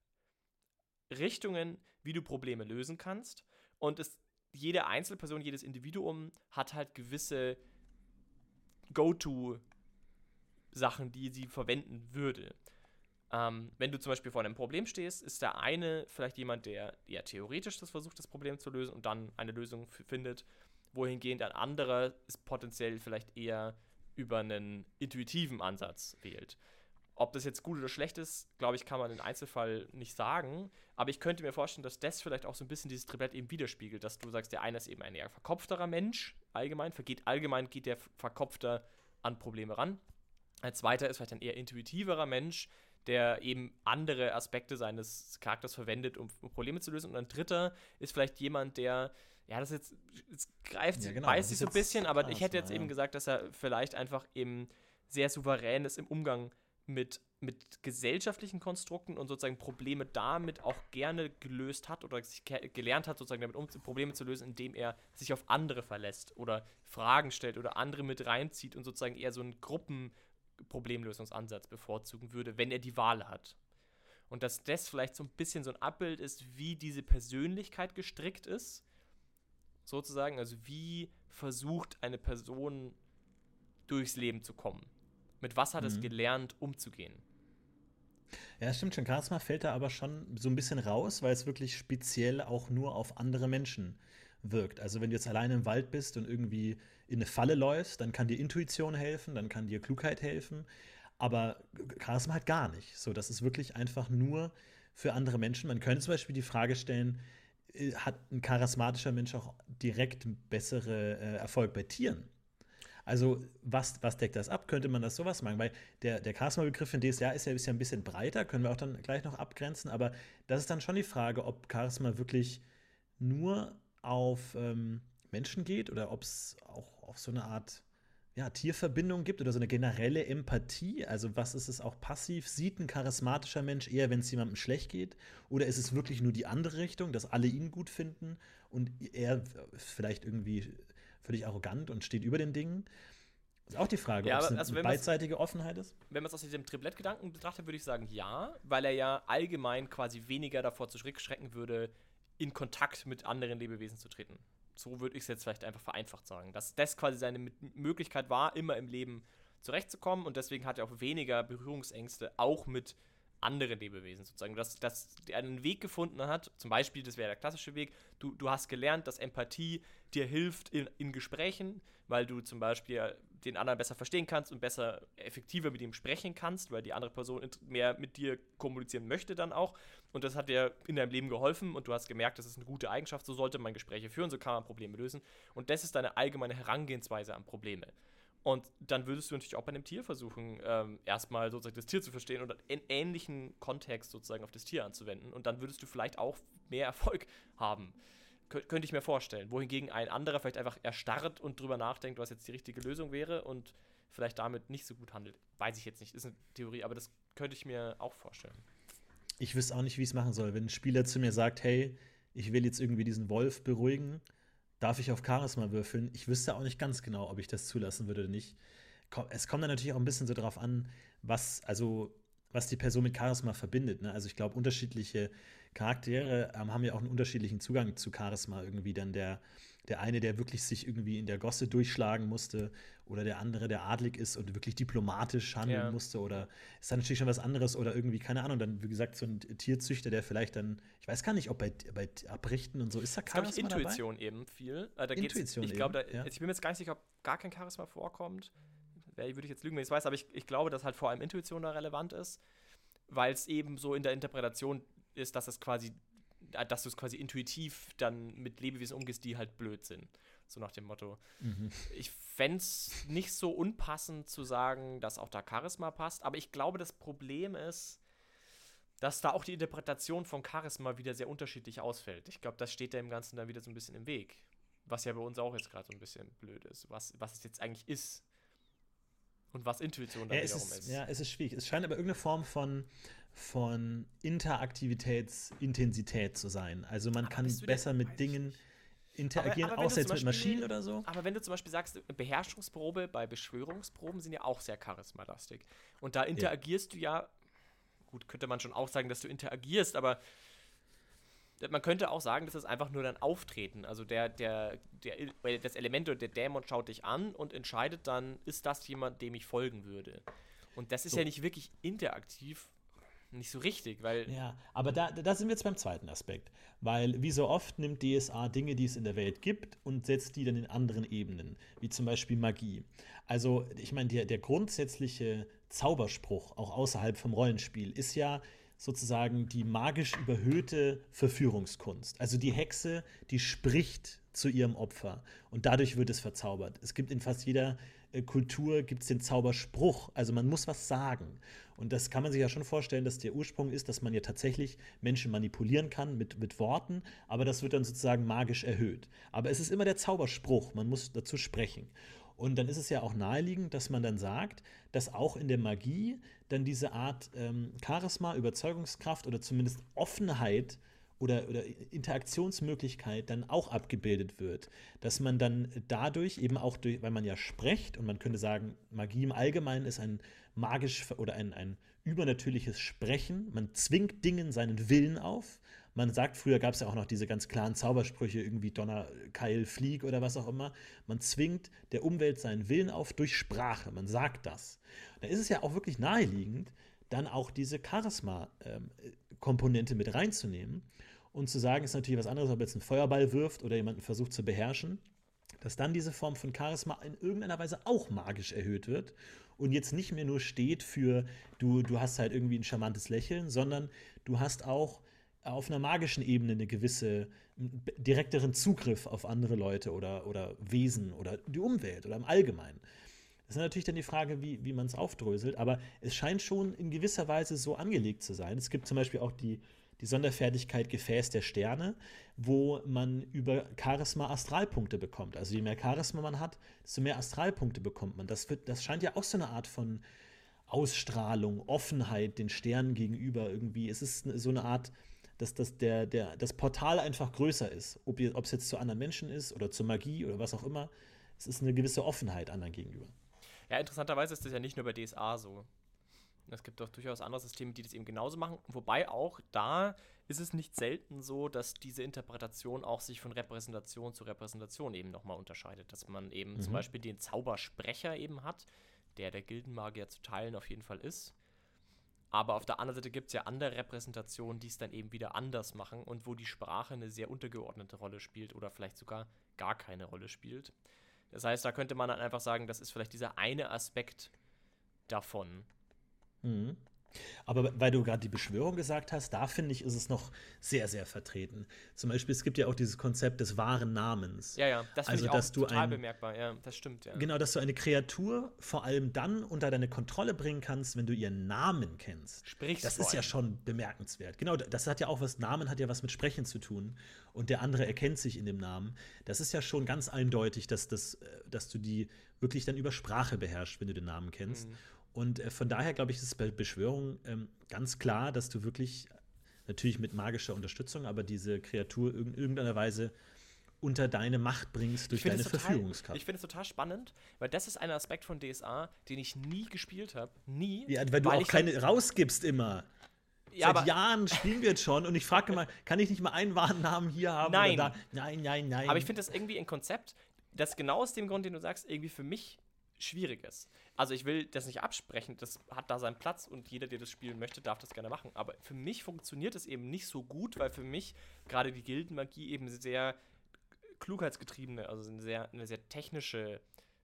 Richtungen, wie du Probleme lösen kannst. Und es, jede Einzelperson, jedes Individuum hat halt gewisse Go-To- Sachen, die sie verwenden würde. Ähm, wenn du zum Beispiel vor einem Problem stehst, ist der eine vielleicht jemand, der eher theoretisch das versucht, das Problem zu lösen und dann eine Lösung f- findet, wohingehend ein anderer es potenziell vielleicht eher über einen intuitiven Ansatz wählt. Ob das jetzt gut oder schlecht ist, glaube ich, kann man im Einzelfall nicht sagen. Aber ich könnte mir vorstellen, dass das vielleicht auch so ein bisschen dieses Triplett eben widerspiegelt, dass du sagst, der eine ist eben ein eher verkopfterer Mensch, allgemein, vergeht allgemein geht der Verkopfter an Probleme ran. Ein zweiter ist vielleicht ein eher intuitiverer Mensch, der eben andere Aspekte seines Charakters verwendet, um, um Probleme zu lösen. Und ein dritter ist vielleicht jemand, der, ja, das jetzt, jetzt greift, Ja, genau, beißt das sich ist so ein jetzt bisschen, aber krass, ich hätte jetzt ja. eben gesagt, dass er vielleicht einfach eben sehr souverän ist im Umgang mit, mit gesellschaftlichen Konstrukten und sozusagen Probleme damit auch gerne gelöst hat oder sich ke- gelernt hat, sozusagen damit um Probleme zu lösen, indem er sich auf andere verlässt oder Fragen stellt oder andere mit reinzieht und sozusagen eher so einen Gruppenproblemlösungsansatz bevorzugen würde, wenn er die Wahl hat. Und dass das vielleicht so ein bisschen so ein Abbild ist, wie diese Persönlichkeit gestrickt ist, sozusagen, also wie versucht eine Person durchs Leben zu kommen. Mit was hat es Mhm. gelernt, umzugehen? Ja, stimmt schon. Charisma fällt da aber schon so ein bisschen raus, weil es wirklich speziell auch nur auf andere Menschen wirkt. Also wenn du jetzt alleine im Wald bist und irgendwie in eine Falle läufst, dann kann dir Intuition helfen, dann kann dir Klugheit helfen, aber Charisma halt gar nicht. So, das ist wirklich einfach nur für andere Menschen. Man könnte zum Beispiel die Frage stellen, äh, hat ein charismatischer Mensch auch direkt bessere äh, Erfolg bei Tieren? Also, was, was deckt das ab? Könnte man das sowas machen? Weil der, der Charisma-Begriff in D S A ist ja, ist ja ein bisschen breiter, können wir auch dann gleich noch abgrenzen, aber das ist dann schon die Frage, ob Charisma wirklich nur auf ähm, Menschen geht oder ob es auch auf so eine Art ja, Tierverbindung gibt oder so eine generelle Empathie. Also, was ist es auch passiv? Sieht ein charismatischer Mensch eher, wenn es jemandem schlecht geht? Oder ist es wirklich nur die andere Richtung, dass alle ihn gut finden und er vielleicht irgendwie völlig arrogant und steht über den Dingen? Ist auch die Frage, Ja, ob es aber eine, also eine wenn man's- beidseitige Offenheit ist. Wenn man es aus diesem Triplett-Gedanken betrachtet, würde ich sagen, ja, weil er ja allgemein quasi weniger davor zurückschrecken würde, in Kontakt mit anderen Lebewesen zu treten. So würde ich es jetzt vielleicht einfach vereinfacht sagen. Dass das quasi seine mit- Möglichkeit war, immer im Leben zurechtzukommen und deswegen hat er auch weniger Berührungsängste, auch mit anderen Lebewesen sozusagen. Dass, dass er einen Weg gefunden hat, zum Beispiel, das wäre der klassische Weg, du, du hast gelernt, dass Empathie dir hilft in, in Gesprächen, weil du zum Beispiel den anderen besser verstehen kannst und besser, effektiver mit ihm sprechen kannst, weil die andere Person int- mehr mit dir kommunizieren möchte dann auch. Und das hat dir in deinem Leben geholfen und du hast gemerkt, das ist eine gute Eigenschaft, so sollte man Gespräche führen, so kann man Probleme lösen. Und das ist deine allgemeine Herangehensweise an Probleme. Und dann würdest du natürlich auch bei einem Tier versuchen, ähm, erstmal sozusagen das Tier zu verstehen und in ähnlichen Kontext sozusagen auf das Tier anzuwenden. Und dann würdest du vielleicht auch mehr Erfolg haben. Kö- könnte ich mir vorstellen. Wohingegen ein anderer vielleicht einfach erstarrt und drüber nachdenkt, was jetzt die richtige Lösung wäre und vielleicht damit nicht so gut handelt. Weiß ich jetzt nicht, ist eine Theorie, aber das könnte ich mir auch vorstellen. Ich wüsste auch nicht, wie ich es machen soll. Wenn ein Spieler zu mir sagt, hey, ich will jetzt irgendwie diesen Wolf beruhigen, darf ich auf Charisma würfeln? Ich wüsste auch nicht ganz genau, ob ich das zulassen würde oder nicht. Ko- Es kommt dann natürlich auch ein bisschen so darauf an, was, also, was die Person mit Charisma verbindet. Ne? Also ich glaube, unterschiedliche Charaktere ähm, haben ja auch einen unterschiedlichen Zugang zu Charisma. Irgendwie dann der, der eine, der wirklich sich irgendwie in der Gosse durchschlagen musste, oder der andere, der adlig ist und wirklich diplomatisch handeln Ja. musste, oder ist dann natürlich schon was anderes, oder irgendwie, keine Ahnung, dann, wie gesagt, so ein Tierzüchter, der vielleicht dann, ich weiß gar nicht, ob bei, bei Abrichten und so, ist da Das ist, glaube ich, Charisma dabei? Intuition eben viel. Äh, da geht's, Intuition ich glaube, eben, da, ja. ich bin mir jetzt gar nicht sicher, ob gar kein Charisma vorkommt. Wär- Würde ich jetzt lügen, wenn ich es weiß, aber ich, ich glaube, dass halt vor allem Intuition da relevant ist, weil es eben so in der Interpretation ist, dass es quasi, äh, dass du es quasi intuitiv dann mit Lebewesen umgehst, die halt blöd sind. So nach dem Motto. Mhm. Ich fände es nicht so unpassend zu sagen, dass auch da Charisma passt, aber ich glaube, das Problem ist, dass da auch die Interpretation von Charisma wieder sehr unterschiedlich ausfällt. Ich glaube, das steht dem Ganzen dann wieder so ein bisschen im Weg. Was ja bei uns auch jetzt gerade so ein bisschen blöd ist, was, was es jetzt eigentlich ist. Und was Intuition dann Ja, es wiederum ist, ist. ja, es ist schwierig. Es scheint aber irgendeine Form von, von Interaktivitätsintensität zu sein. Also man Aber kann bist du denn- besser weiß mit ich Dingen nicht. interagieren, Aber- aber wenn außer du jetzt zum mit Beispiel- Maschinen oder so. Aber wenn du zum Beispiel sagst, Beherrschungsprobe bei Beschwörungsproben sind ja auch sehr charismalastig. Und da interagierst du ja, gut, könnte man schon auch sagen, dass du interagierst, aber man könnte auch sagen, das ist einfach nur dein Auftreten. Also der, der, der, weil das Element oder der Dämon schaut dich an und entscheidet dann, ist das jemand, dem ich folgen würde. Und das ist So. ja nicht wirklich interaktiv, nicht so richtig, weil Ja, aber da, da sind wir jetzt beim zweiten Aspekt. Weil wie so oft nimmt D S A Dinge, die es in der Welt gibt, und setzt die dann in anderen Ebenen, wie zum Beispiel Magie. Also ich meine, der, der grundsätzliche Zauberspruch, auch außerhalb vom Rollenspiel, ist ja sozusagen die magisch überhöhte Verführungskunst. Also die Hexe, die spricht zu ihrem Opfer und dadurch wird es verzaubert. Es gibt in fast jeder äh, Kultur gibt's den Zauberspruch, also man muss was sagen. Und das kann man sich ja schon vorstellen, dass der Ursprung ist, dass man ja tatsächlich Menschen manipulieren kann mit, mit Worten, aber das wird dann sozusagen magisch erhöht. Aber es ist immer der Zauberspruch, man muss dazu sprechen. Und dann ist es ja auch naheliegend, dass man dann sagt, dass auch in der Magie dann diese Art ähm, Charisma, Überzeugungskraft oder zumindest Offenheit oder, oder Interaktionsmöglichkeit dann auch abgebildet wird. Dass man dann dadurch eben auch, durch, weil man ja spricht und man könnte sagen, Magie im Allgemeinen ist ein magisch oder ein, ein übernatürliches Sprechen. Man zwingt Dingen seinen Willen auf. Man sagt, früher gab es ja auch noch diese ganz klaren Zaubersprüche, irgendwie Donner, Keil, Flieg oder was auch immer. Man zwingt der Umwelt seinen Willen auf durch Sprache. Man sagt das. Da ist es ja auch wirklich naheliegend, dann auch diese Charisma-Komponente mit reinzunehmen und zu sagen, ist natürlich was anderes, ob jetzt ein Feuerball wirft oder jemanden versucht zu beherrschen, dass dann diese Form von Charisma in irgendeiner Weise auch magisch erhöht wird und jetzt nicht mehr nur steht für, du, du hast halt irgendwie ein charmantes Lächeln, sondern du hast auch auf einer magischen Ebene eine gewisse direkteren Zugriff auf andere Leute oder, oder Wesen oder die Umwelt oder im Allgemeinen. Das ist natürlich dann die Frage, wie, wie man es aufdröselt, aber es scheint schon in gewisser Weise so angelegt zu sein. Es gibt zum Beispiel auch die, die Sonderfertigkeit Gefäß der Sterne, wo man über Charisma Astralpunkte bekommt. Also je mehr Charisma man hat, desto mehr Astralpunkte bekommt man. Das, wird, das scheint ja auch so eine Art von Ausstrahlung, Offenheit den Sternen gegenüber irgendwie. Es ist so eine Art, dass das, der, der, das Portal einfach größer ist. Ob es jetzt zu anderen Menschen ist oder zur Magie oder was auch immer. Es ist eine gewisse Offenheit anderen gegenüber. Ja, interessanterweise ist das ja nicht nur bei D S A so. Es gibt doch durchaus andere Systeme, die das eben genauso machen. Wobei auch da ist es nicht selten so, dass diese Interpretation auch sich von Repräsentation zu Repräsentation eben nochmal unterscheidet. Dass man eben mhm. zum Beispiel den Zaubersprecher eben hat, der der Gildenmagier zu Teilen auf jeden Fall ist. Aber auf der anderen Seite gibt es ja andere Repräsentationen, die es dann eben wieder anders machen und wo die Sprache eine sehr untergeordnete Rolle spielt oder vielleicht sogar gar keine Rolle spielt. Das heißt, da könnte man dann einfach sagen, das ist vielleicht dieser eine Aspekt davon. Mhm. Aber weil du gerade die Beschwörung gesagt hast, da finde ich, ist es noch sehr, sehr vertreten. Zum Beispiel, es gibt ja auch dieses Konzept des wahren Namens. Ja, ja, das finde also, ich dass auch du total ein, bemerkbar. Ja, das stimmt, ja. Genau, dass du eine Kreatur vor allem dann unter deine Kontrolle bringen kannst, wenn du ihren Namen kennst. Sprichst Das ist ja schon bemerkenswert. Genau, das hat ja auch was, Namen hat ja was mit Sprechen zu tun. Und der andere erkennt sich in dem Namen. Das ist ja schon ganz eindeutig, dass, das, dass du die wirklich dann über Sprache beherrschst, wenn du den Namen kennst. Mhm. Und äh, von daher, glaube ich, ist es bei Beschwörung ähm, ganz klar, dass du wirklich, natürlich mit magischer Unterstützung, aber diese Kreatur in irgendeiner Weise unter deine Macht bringst durch deine total, Verführungskraft. Ich finde es total spannend, weil das ist ein Aspekt von D S A, den ich nie gespielt habe. Nie. Ja, weil du weil auch keine rausgibst immer. Ja, Seit Jahren spielen wir jetzt schon und ich frage mal, kann ich nicht mal einen wahren Namen hier haben? Nein. Oder da? Nein, nein, nein. Aber ich finde das irgendwie ein Konzept, das genau aus dem Grund, den du sagst, irgendwie für mich schwierig ist. Also ich will das nicht absprechen, das hat da seinen Platz und jeder, der das spielen möchte, darf das gerne machen. Aber für mich funktioniert es eben nicht so gut, weil für mich gerade die Gildenmagie eben sehr klugheitsgetriebene, also eine sehr, eine sehr technische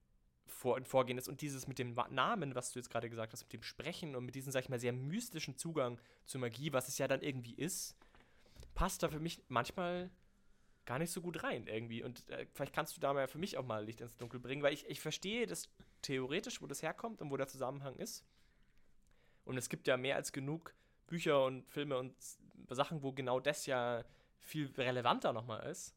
Vor- Vorgehen ist. Und dieses mit dem Namen, was du jetzt gerade gesagt hast, mit dem Sprechen und mit diesem, sag ich mal, sehr mystischen Zugang zur Magie, was es ja dann irgendwie ist, passt da für mich manchmal gar nicht so gut rein irgendwie. Und äh, vielleicht kannst du da mal für mich auch mal Licht ins Dunkel bringen, weil ich, ich verstehe das theoretisch, wo das herkommt und wo der Zusammenhang ist. Und es gibt ja mehr als genug Bücher und Filme und Sachen, wo genau das ja viel relevanter nochmal ist.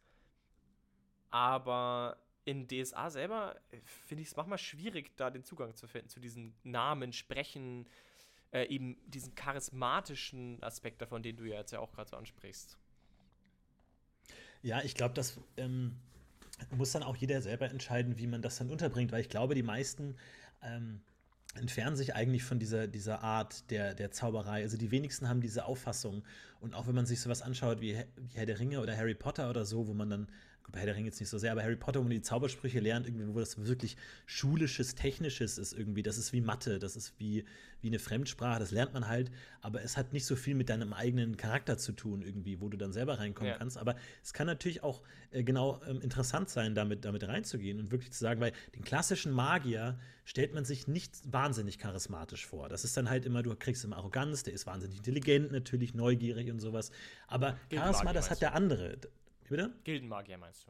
Aber in D S A selber finde ich es manchmal schwierig, da den Zugang zu finden, zu diesen Namen, Sprechen, äh, eben diesen charismatischen Aspekt davon, den du ja jetzt ja auch gerade so ansprichst. Ja, ich glaube, das ähm, muss dann auch jeder selber entscheiden, wie man das dann unterbringt, weil ich glaube, die meisten ähm, entfernen sich eigentlich von dieser, dieser Art der, der Zauberei. Also die wenigsten haben diese Auffassung. Und auch wenn man sich sowas anschaut wie, wie Herr der Ringe oder Harry Potter oder so, wo man dann bei Herr der Ringe jetzt nicht so sehr, aber Harry Potter, wo man die Zaubersprüche lernt, irgendwie, wo das wirklich schulisches, technisches ist irgendwie. Das ist wie Mathe, das ist wie, wie eine Fremdsprache, das lernt man halt, aber es hat nicht so viel mit deinem eigenen Charakter zu tun irgendwie, wo du dann selber reinkommen Ja. kannst. Aber es kann natürlich auch äh, genau ähm, interessant sein, damit, damit reinzugehen und wirklich zu sagen, weil den klassischen Magier stellt man sich nicht wahnsinnig charismatisch vor. Das ist dann halt immer, du kriegst immer Arroganz, der ist wahnsinnig intelligent natürlich, neugierig und sowas. Aber Gildenmagier Charisma, das meinst hat du? der andere. Bitte? Gildenmagier meinst du?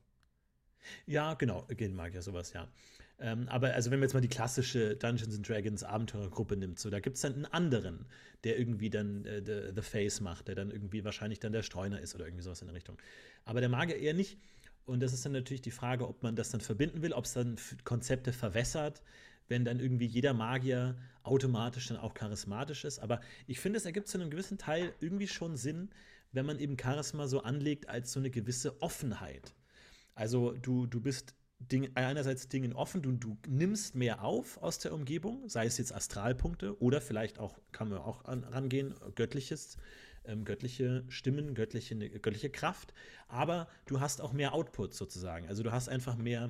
Ja, genau, Gildenmagier, sowas, ja. Ähm, aber also wenn man jetzt mal die klassische Dungeons and Dragons Abenteurergruppe nimmt, so, da gibt es dann einen anderen, der irgendwie dann äh, the, the Face macht, der dann irgendwie wahrscheinlich dann der Streuner ist oder irgendwie sowas in der Richtung. Aber der Magier eher nicht. Und das ist dann natürlich die Frage, ob man das dann verbinden will, ob es dann F- Konzepte verwässert, wenn dann irgendwie jeder Magier automatisch dann auch charismatisch ist. Aber ich finde, es ergibt zu einem gewissen Teil irgendwie schon Sinn, wenn man eben Charisma so anlegt als so eine gewisse Offenheit. Also du, du bist Ding, einerseits Dingen offen, du, du nimmst mehr auf aus der Umgebung, sei es jetzt Astralpunkte oder vielleicht auch, kann man auch an, rangehen, göttliches, ähm, göttliche Stimmen, göttliche, ne, göttliche Kraft, aber du hast auch mehr Output sozusagen. Also du hast einfach mehr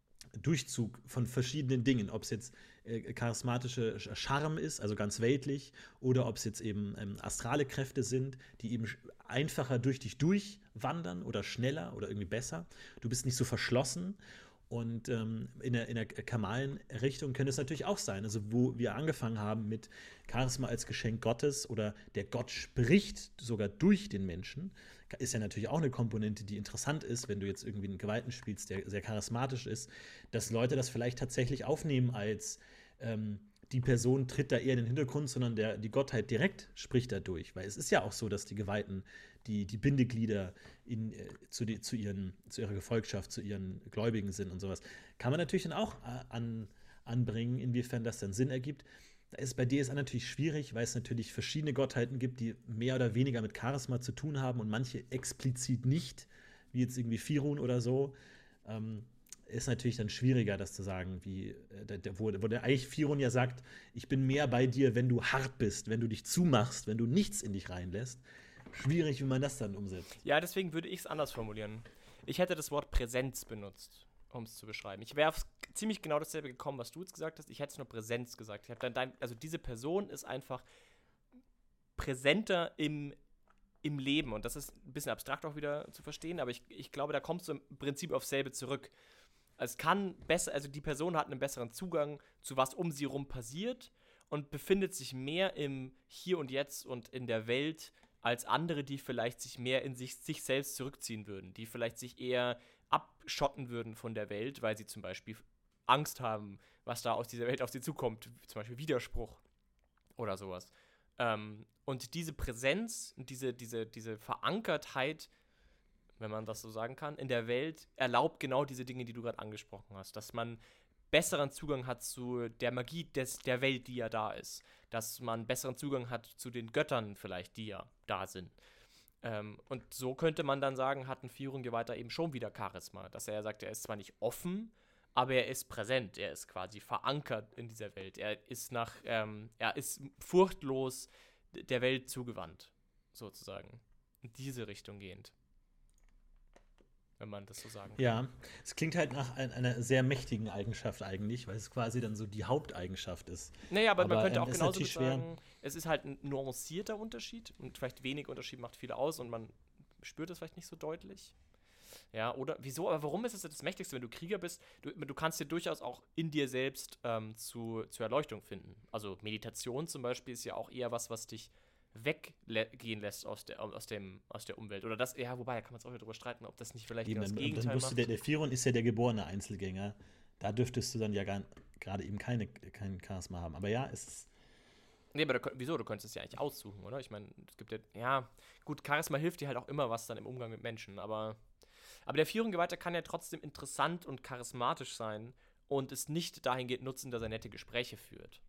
Durchzug von verschiedenen Dingen, ob es jetzt äh, charismatische Sch- Charme ist, also ganz weltlich, oder ob es jetzt eben ähm, astrale Kräfte sind, die eben sch- einfacher durch dich durchwandern oder schneller oder irgendwie besser. Du bist nicht so verschlossen. Und ähm, in der, in der kamalen Richtung könnte es natürlich auch sein, also wo wir angefangen haben mit Charisma als Geschenk Gottes oder der Gott spricht sogar durch den Menschen, ist ja natürlich auch eine Komponente, die interessant ist, wenn du jetzt irgendwie einen Geweihten spielst, der sehr charismatisch ist, dass Leute das vielleicht tatsächlich aufnehmen als ähm, die Person tritt da eher in den Hintergrund, sondern der, die Gottheit direkt spricht da durch. Weil es ist ja auch so, dass die Geweihten die, die Bindeglieder in, äh, zu, die, zu, ihren, zu ihrer Gefolgschaft, zu ihren Gläubigen sind und sowas. Kann man natürlich dann auch äh, an, anbringen, inwiefern das dann Sinn ergibt. Da ist bei D S A natürlich schwierig, weil es natürlich verschiedene Gottheiten gibt, die mehr oder weniger mit Charisma zu tun haben und manche explizit nicht, wie jetzt irgendwie Firun oder so. Ähm, ist natürlich dann schwieriger, das zu sagen, wie äh, der, der, wo, wo der eigentlich Firun ja sagt, ich bin mehr bei dir, wenn du hart bist, wenn du dich zumachst, wenn du nichts in dich reinlässt. Schwierig, wie man das dann umsetzt. Ja, deswegen würde ich es anders formulieren. Ich hätte das Wort Präsenz benutzt, um es zu beschreiben. Ich wäre auf ziemlich genau dasselbe gekommen, was du jetzt gesagt hast. Ich hätte es nur Präsenz gesagt. Ich dann dein, also diese Person ist einfach präsenter im, im Leben. Und das ist ein bisschen abstrakt auch wieder zu verstehen, aber ich, ich glaube, da kommst du im Prinzip aufs selbe zurück. Es kann besser, also die Person hat einen besseren Zugang zu was um sie rum passiert und befindet sich mehr im Hier und Jetzt und in der Welt als andere, die vielleicht sich mehr in sich, sich selbst zurückziehen würden, die vielleicht sich eher abschotten würden von der Welt, weil sie zum Beispiel Angst haben, was da aus dieser Welt auf sie zukommt, zum Beispiel Widerspruch oder sowas. Ähm, und diese Präsenz, diese, diese, diese Verankertheit, wenn man das so sagen kann, in der Welt erlaubt genau diese Dinge, die du gerade angesprochen hast, dass man besseren Zugang hat zu der Magie des, der Welt, die ja da ist. Dass man besseren Zugang hat zu den Göttern vielleicht, die ja da sind. Ähm, und so könnte man dann sagen, hat ein Führungsgeweihter eben schon wieder Charisma. Dass er sagt, er ist zwar nicht offen, aber er ist präsent. Er ist quasi verankert in dieser Welt. Er ist nach, ähm, er ist furchtlos der Welt zugewandt, sozusagen. In diese Richtung gehend. Wenn man das so sagen kann. Ja, es klingt halt nach ein, einer sehr mächtigen Eigenschaft eigentlich, weil es quasi dann so die Haupteigenschaft ist. Naja, aber, Aber, man könnte ähm, auch ist genauso natürlich gut sagen, es ist halt ein nuancierter Unterschied und vielleicht wenig Unterschied macht viel aus und man spürt es vielleicht nicht so deutlich. Ja, oder wieso, aber warum ist es das Mächtigste, wenn du Krieger bist? Du, du kannst dir durchaus auch in dir selbst ähm, zu, zur Erleuchtung finden. Also Meditation zum Beispiel ist ja auch eher was, was dich weggehen lässt aus der, aus, dem, aus der Umwelt. Oder das, ja, wobei, da kann man es auch wieder drüber streiten, ob das nicht vielleicht Eben, genau das dann, Gegenteil dann musst macht. du, der, der Firon ist ja der geborene Einzelgänger. Da dürftest du dann ja gar- gerade eben keine, kein Charisma haben. Aber ja, es ist. Nee, aber da, wieso? Du könntest es ja eigentlich aussuchen, oder? Ich meine, es gibt ja, ja, gut, Charisma hilft dir halt auch immer was dann im Umgang mit Menschen, aber, aber der Führungsgeweihte kann ja trotzdem interessant und charismatisch sein und es nicht dahingehend nutzen, dass er nette Gespräche führt.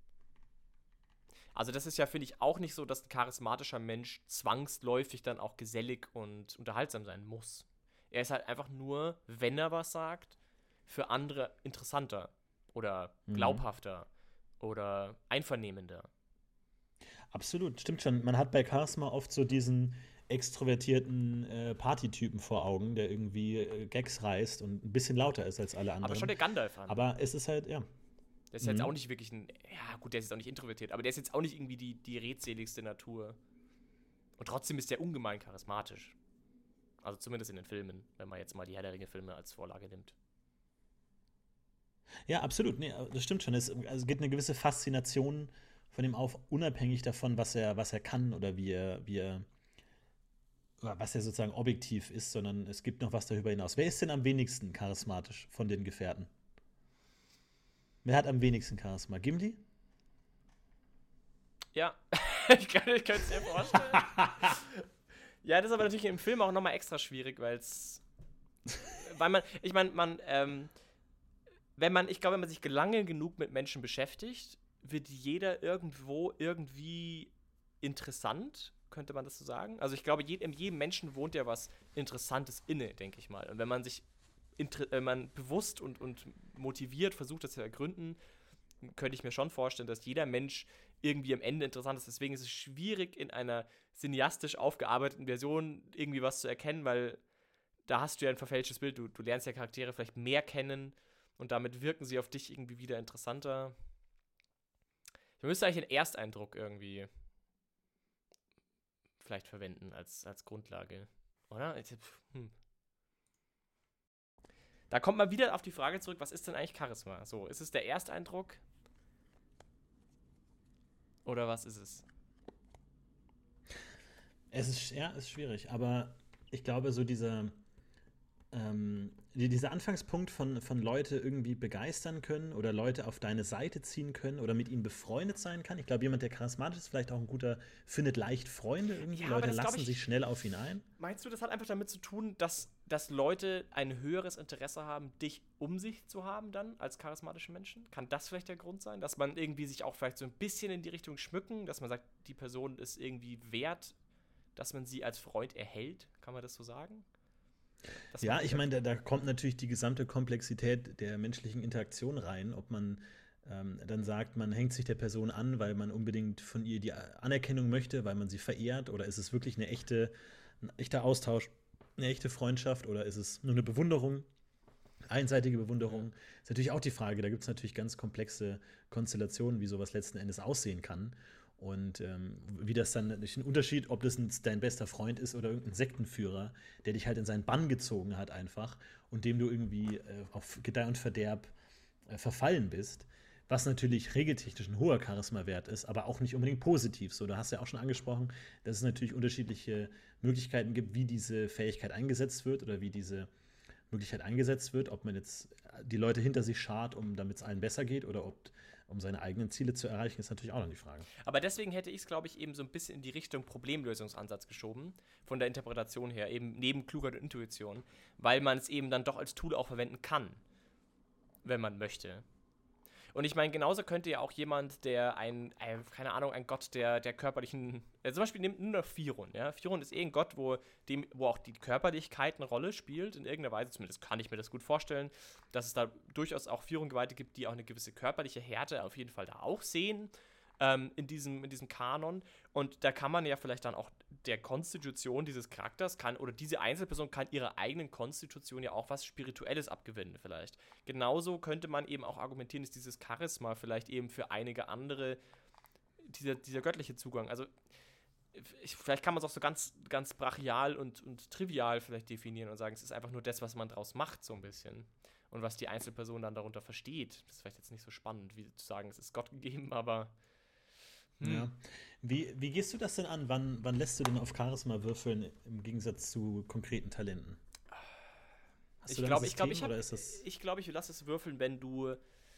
Also das ist ja, finde ich, auch nicht so, dass ein charismatischer Mensch zwangsläufig dann auch gesellig und unterhaltsam sein muss. Er ist halt einfach nur, wenn er was sagt, für andere interessanter oder Mhm. glaubhafter oder einvernehmender. Absolut, stimmt schon. Man hat bei Charisma oft so diesen extrovertierten äh, Partytypen vor Augen, der irgendwie äh, Gags reißt und ein bisschen lauter ist als alle anderen. Aber schon der Gandalf an. Aber es ist halt, ja. Der ist mhm. jetzt auch nicht wirklich ein, ja gut, der ist jetzt auch nicht introvertiert, aber der ist jetzt auch nicht irgendwie die, die redseligste Natur. Und trotzdem ist der ungemein charismatisch. Also zumindest in den Filmen, wenn man jetzt mal die Herr der Ringe-Filme als Vorlage nimmt. Ja, absolut. Nee, das stimmt schon. Es also gibt eine gewisse Faszination von ihm auf, unabhängig davon, was er, was er kann oder wie er, wie er, was er sozusagen objektiv ist, sondern es gibt noch was darüber hinaus. Wer ist denn am wenigsten charismatisch von den Gefährten? Wer hat am wenigsten Charisma? Gimli? Ja, ich kann es mir vorstellen. Ja, das ist aber natürlich im Film auch nochmal extra schwierig, weil es. Weil man, ich meine, man, ähm, wenn man, ich glaube, wenn man sich lange genug mit Menschen beschäftigt, wird jeder irgendwo irgendwie interessant, könnte man das so sagen. Also ich glaube, in jedem Menschen wohnt ja was Interessantes inne, denke ich mal. Und wenn man sich, wenn man bewusst und, und motiviert versucht, das zu ergründen, könnte ich mir schon vorstellen, dass jeder Mensch irgendwie am Ende interessant ist. Deswegen ist es schwierig, in einer cineastisch aufgearbeiteten Version irgendwie was zu erkennen, weil da hast du ja ein verfälschtes Bild. Du, du lernst ja Charaktere vielleicht mehr kennen und damit wirken sie auf dich irgendwie wieder interessanter. Ich müsste eigentlich den Ersteindruck irgendwie vielleicht verwenden als, als Grundlage, oder? Hm. Da kommt man wieder auf die Frage zurück, was ist denn eigentlich Charisma? So, ist es der Ersteindruck? Oder was ist es? Es ist, ja, ist schwierig, aber ich glaube, so dieser, ähm, dieser Anfangspunkt von, von Leute irgendwie begeistern können oder Leute auf deine Seite ziehen können oder mit ihnen befreundet sein kann. Ich glaube, jemand, der charismatisch ist, vielleicht auch ein guter, findet leicht Freunde irgendwie. Ja, Leute das, lassen ich, sich schnell auf ihn ein. Meinst du, das hat einfach damit zu tun, dass, dass Leute ein höheres Interesse haben, dich um sich zu haben dann als charismatische Menschen? Kann das vielleicht der Grund sein? Dass man irgendwie sich auch vielleicht so ein bisschen in die Richtung schmücken, dass man sagt, die Person ist irgendwie wert, dass man sie als Freund erhält? Kann man das so sagen? Das ja, ich meine, da, da kommt natürlich die gesamte Komplexität der menschlichen Interaktion rein, ob man ähm, dann sagt, man hängt sich der Person an, weil man unbedingt von ihr die Anerkennung möchte, weil man sie verehrt, oder ist es wirklich eine echte, ein echter Austausch, eine echte Freundschaft, oder ist es nur eine Bewunderung, einseitige Bewunderung? Ja. Ist natürlich auch die Frage, da gibt es natürlich ganz komplexe Konstellationen, wie sowas letzten Endes aussehen kann. Und ähm, wie das dann, durch den Unterschied, ob das ein, dein bester Freund ist oder irgendein Sektenführer, der dich halt in seinen Bann gezogen hat einfach und dem du irgendwie äh, auf Gedeih und Verderb äh, verfallen bist, was natürlich regeltechnisch ein hoher Charisma-Wert ist, aber auch nicht unbedingt positiv. So, du hast ja auch schon angesprochen, dass es natürlich unterschiedliche Möglichkeiten gibt, wie diese Fähigkeit eingesetzt wird oder wie diese Möglichkeit eingesetzt wird, ob man jetzt die Leute hinter sich schart, um damit es allen besser geht, oder ob um seine eigenen Ziele zu erreichen, ist natürlich auch noch die Frage. Aber deswegen hätte ich es, glaube ich, eben so ein bisschen in die Richtung Problemlösungsansatz geschoben, von der Interpretation her, eben neben Klugheit und Intuition, weil man es eben dann doch als Tool auch verwenden kann, wenn man möchte. Und ich meine, genauso könnte ja auch jemand, der ein, äh, keine Ahnung, ein Gott der, der körperlichen, äh, zum Beispiel nimmt nur Firon, ja. Firon ist eh ein Gott, wo, dem, wo auch die Körperlichkeit eine Rolle spielt, in irgendeiner Weise, zumindest kann ich mir das gut vorstellen, dass es da durchaus auch Firon-Geweihte gibt, die auch eine gewisse körperliche Härte auf jeden Fall da auch sehen, ähm, in diesem, in diesem Kanon. Und da kann man ja vielleicht dann auch der Konstitution dieses Charakters kann, oder diese Einzelperson kann ihrer eigenen Konstitution ja auch was Spirituelles abgewinnen vielleicht. Genauso könnte man eben auch argumentieren, dass dieses Charisma vielleicht eben für einige andere dieser, dieser göttliche Zugang, also ich, vielleicht kann man es auch so ganz, ganz brachial und, und trivial vielleicht definieren und sagen, es ist einfach nur das, was man draus macht, so ein bisschen. Und was die Einzelperson dann darunter versteht. Das ist vielleicht jetzt nicht so spannend, wie zu sagen, es ist Gott gegeben, aber hm. Ja. Wie, wie gehst du das denn an? Wann, wann lässt du denn auf Charisma würfeln im Gegensatz zu konkreten Talenten? Hast ich glaube, ich glaube, ich, ich, glaub, ich lasse es würfeln, wenn du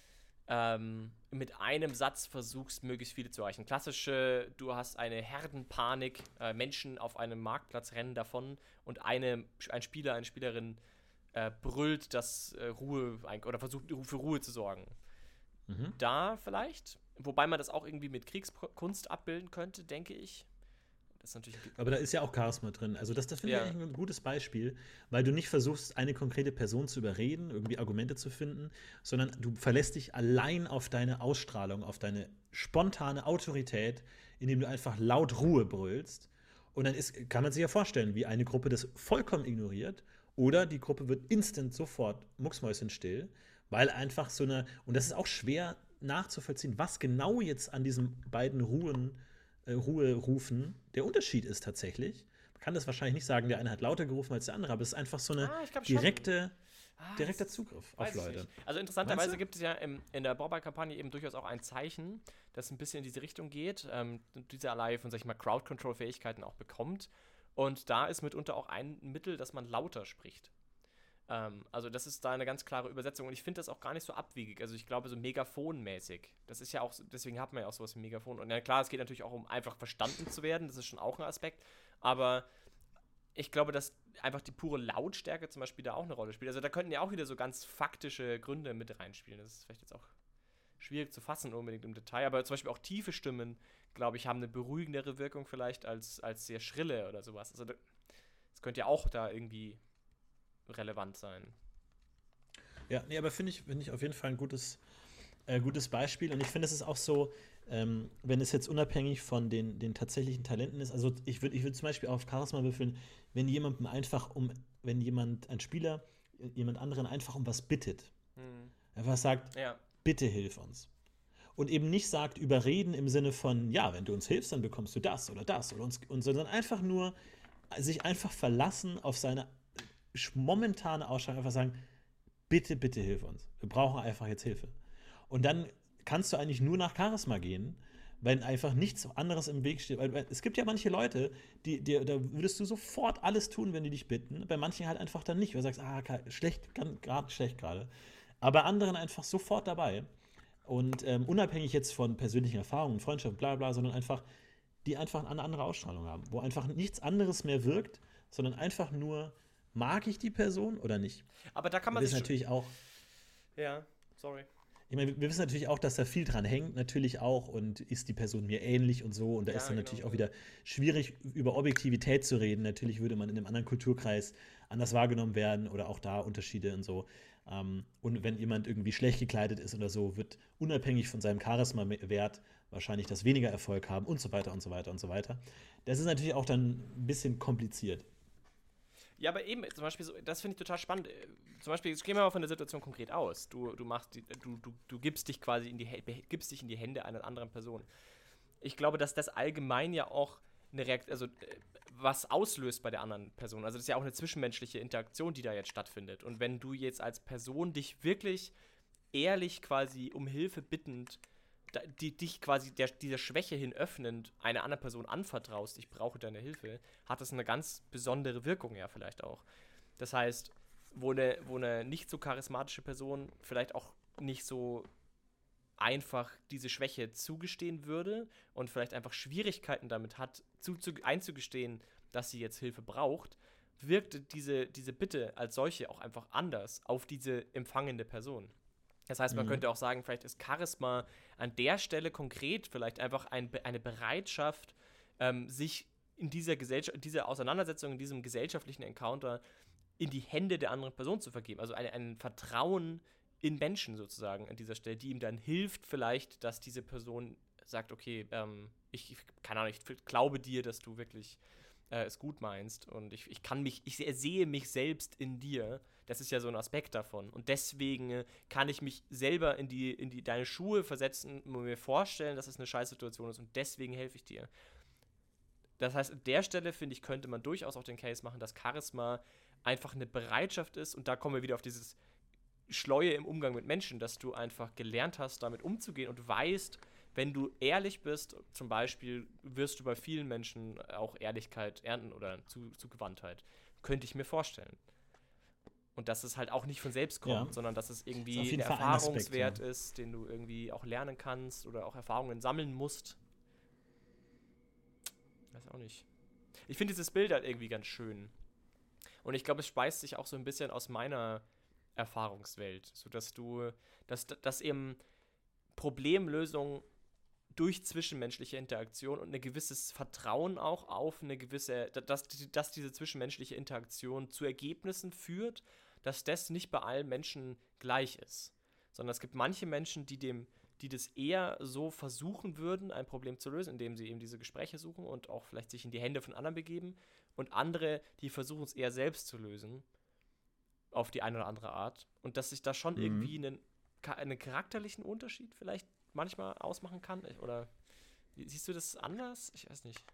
ähm, mit einem Satz versuchst, möglichst viele zu erreichen. Klassische, du hast eine Herdenpanik, äh, Menschen auf einem Marktplatz rennen davon und eine, ein Spieler, eine Spielerin äh, brüllt, dass äh, Ruhe oder versucht für Ruhe zu sorgen. Mhm. Da vielleicht, wobei man das auch irgendwie mit Kriegskunst abbilden könnte, denke ich. Das ist natürlich Aber da ist ja auch Charisma drin. Also das, das finde ja. ich eigentlich ein gutes Beispiel, weil du nicht versuchst, eine konkrete Person zu überreden, irgendwie Argumente zu finden, sondern du verlässt dich allein auf deine Ausstrahlung, auf deine spontane Autorität, indem du einfach laut Ruhe brüllst. Und dann ist, kann man sich ja vorstellen, wie eine Gruppe das vollkommen ignoriert oder die Gruppe wird instant sofort mucksmäuschenstill, weil einfach so eine, und das ist auch schwer nachzuvollziehen, was genau jetzt an diesen beiden Ruhen, äh, Ruherufen der Unterschied ist tatsächlich. Man kann das wahrscheinlich nicht sagen, der eine hat lauter gerufen als der andere, aber es ist einfach so eine Ah, ich glaub schon. direkte, Ah, direkter das Zugriff weiß auf ich Leute. nicht. Also interessanterweise Meinst du? gibt es ja im, in der Baubar-Kampagne eben durchaus auch ein Zeichen, das ein bisschen in diese Richtung geht, ähm, diese allein von, sag ich mal, Crowd-Control-Fähigkeiten auch bekommt. Und da ist mitunter auch ein Mittel, dass man lauter spricht. Ähm, also das ist da eine ganz klare Übersetzung und ich finde das auch gar nicht so abwegig. Also ich glaube so megaphonmäßig. Das ist ja auch, so- deswegen hat man ja auch sowas wie Megafon. Und ja klar, es geht natürlich auch um einfach verstanden zu werden, das ist schon auch ein Aspekt. Aber ich glaube, dass einfach die pure Lautstärke zum Beispiel da auch eine Rolle spielt. Also da könnten ja auch wieder so ganz faktische Gründe mit reinspielen. Das ist vielleicht jetzt auch schwierig zu fassen unbedingt im Detail, aber zum Beispiel auch tiefe Stimmen, glaube ich, haben eine beruhigendere Wirkung vielleicht als, als sehr schrille oder sowas. Also das könnte ja auch da irgendwie relevant sein. Ja, nee, aber finde ich, finde ich auf jeden Fall ein gutes, äh, gutes Beispiel. Und ich finde, es ist auch so, ähm, wenn es jetzt unabhängig von den, den tatsächlichen Talenten ist, also ich würde ich würd zum Beispiel auf Charisma würfeln, wenn jemandem einfach um, wenn jemand, ein Spieler, äh, jemand anderen einfach um was bittet. Hm. Einfach sagt, Ja. bitte hilf uns. Und eben nicht sagt, überreden im Sinne von, ja, wenn du uns hilfst, dann bekommst du das oder das oder uns, und, sondern einfach nur sich einfach verlassen auf seine momentane Ausstrahlung, einfach sagen, bitte, bitte hilf uns. Wir brauchen einfach jetzt Hilfe. Und dann kannst du eigentlich nur nach Charisma gehen, wenn einfach nichts anderes im Weg steht. Weil, weil es gibt ja manche Leute, die, die, da würdest du sofort alles tun, wenn die dich bitten. Bei manchen halt einfach dann nicht. Weil du sagst, ah, schlecht, gerade schlecht gerade. Aber bei anderen einfach sofort dabei. Und ähm, unabhängig jetzt von persönlichen Erfahrungen, Freundschaften, bla bla, sondern einfach, die einfach eine andere Ausstrahlung haben. Wo einfach nichts anderes mehr wirkt, sondern einfach nur, mag ich die Person oder nicht? Aber da kann Wir man wissen sich. natürlich auch, Ja, sorry. ich meine, wir wissen natürlich auch, dass da viel dran hängt, natürlich auch, und ist die Person mir ähnlich und so. Und da Ja, ist dann genau, natürlich auch ja. wieder schwierig, über Objektivität zu reden. Natürlich würde man in einem anderen Kulturkreis anders wahrgenommen werden oder auch da Unterschiede und so. Ähm, und wenn jemand irgendwie schlecht gekleidet ist oder so, wird unabhängig von seinem Charisma-Wert wahrscheinlich das weniger Erfolg haben und so weiter und so weiter und so weiter. Das ist natürlich auch dann ein bisschen kompliziert. Ja, aber eben, zum Beispiel, so, das finde ich total spannend. Äh, Zum Beispiel, jetzt gehen wir mal von der Situation konkret aus. Du, du machst die, du, du, du gibst dich quasi in die, Hä- gibst dich in die Hände einer anderen Person. Ich glaube, dass das allgemein ja auch eine Reaktion, also äh, was auslöst bei der anderen Person. Also das ist ja auch eine zwischenmenschliche Interaktion, die da jetzt stattfindet. Und wenn du jetzt als Person dich wirklich ehrlich quasi um Hilfe bittend, da, die dich quasi der, dieser Schwäche hin öffnend einer anderen Person anvertraust, ich brauche deine Hilfe, hat das eine ganz besondere Wirkung ja vielleicht auch. Das heißt, wo eine, wo eine nicht so charismatische Person vielleicht auch nicht so einfach diese Schwäche zugestehen würde und vielleicht einfach Schwierigkeiten damit hat, zu, zu, einzugestehen, dass sie jetzt Hilfe braucht, wirkt diese, diese Bitte als solche auch einfach anders auf diese empfangende Person. Das heißt, man Mhm. könnte auch sagen, vielleicht ist Charisma an der Stelle konkret vielleicht einfach ein, eine Bereitschaft, ähm, sich in dieser Gesellschaft, in dieser Auseinandersetzung, in diesem gesellschaftlichen Encounter in die Hände der anderen Person zu vergeben. Also ein, ein Vertrauen in Menschen sozusagen an dieser Stelle, die ihm dann hilft vielleicht, dass diese Person sagt, okay, ähm, ich, ich, keine Ahnung, ich glaube dir, dass du wirklich äh, es gut meinst und ich, ich kann mich, ich sehe mich selbst in dir. Das ist ja so ein Aspekt davon. Und deswegen äh, kann ich mich selber in die, in die, deine Schuhe versetzen und mir vorstellen, dass es eine Scheißsituation ist und deswegen helfe ich dir. Das heißt, an der Stelle, finde ich, könnte man durchaus auch den Case machen, dass Charisma einfach eine Bereitschaft ist und da kommen wir wieder auf dieses Schleue im Umgang mit Menschen, dass du einfach gelernt hast, damit umzugehen und weißt, wenn du ehrlich bist, zum Beispiel, wirst du bei vielen Menschen auch Ehrlichkeit ernten oder zu, Zugewandtheit. Könnte ich mir vorstellen. Und dass es halt auch nicht von selbst kommt, Ja. sondern dass es Ist irgendwie auf ein jeden Fall ein Aspekt, Erfahrungswert ja. ist, den du irgendwie auch lernen kannst oder auch Erfahrungen sammeln musst. Weiß auch nicht. Ich finde dieses Bild halt irgendwie ganz schön. Und ich glaube, es speist sich auch so ein bisschen aus meiner Erfahrungswelt, sodass du, dass, dass eben Problemlösung durch zwischenmenschliche Interaktion und ein gewisses Vertrauen auch auf eine gewisse, dass, dass diese zwischenmenschliche Interaktion zu Ergebnissen führt, dass das nicht bei allen Menschen gleich ist. Sondern es gibt manche Menschen, die dem die das eher so versuchen würden, ein Problem zu lösen, indem sie eben diese Gespräche suchen und auch vielleicht sich in die Hände von anderen begeben. Und andere, die versuchen es eher selbst zu lösen, auf die eine oder andere Art. Und dass sich da schon Mhm. irgendwie einen, einen charakterlichen Unterschied vielleicht manchmal ausmachen kann. Oder siehst du das anders? Ich weiß nicht.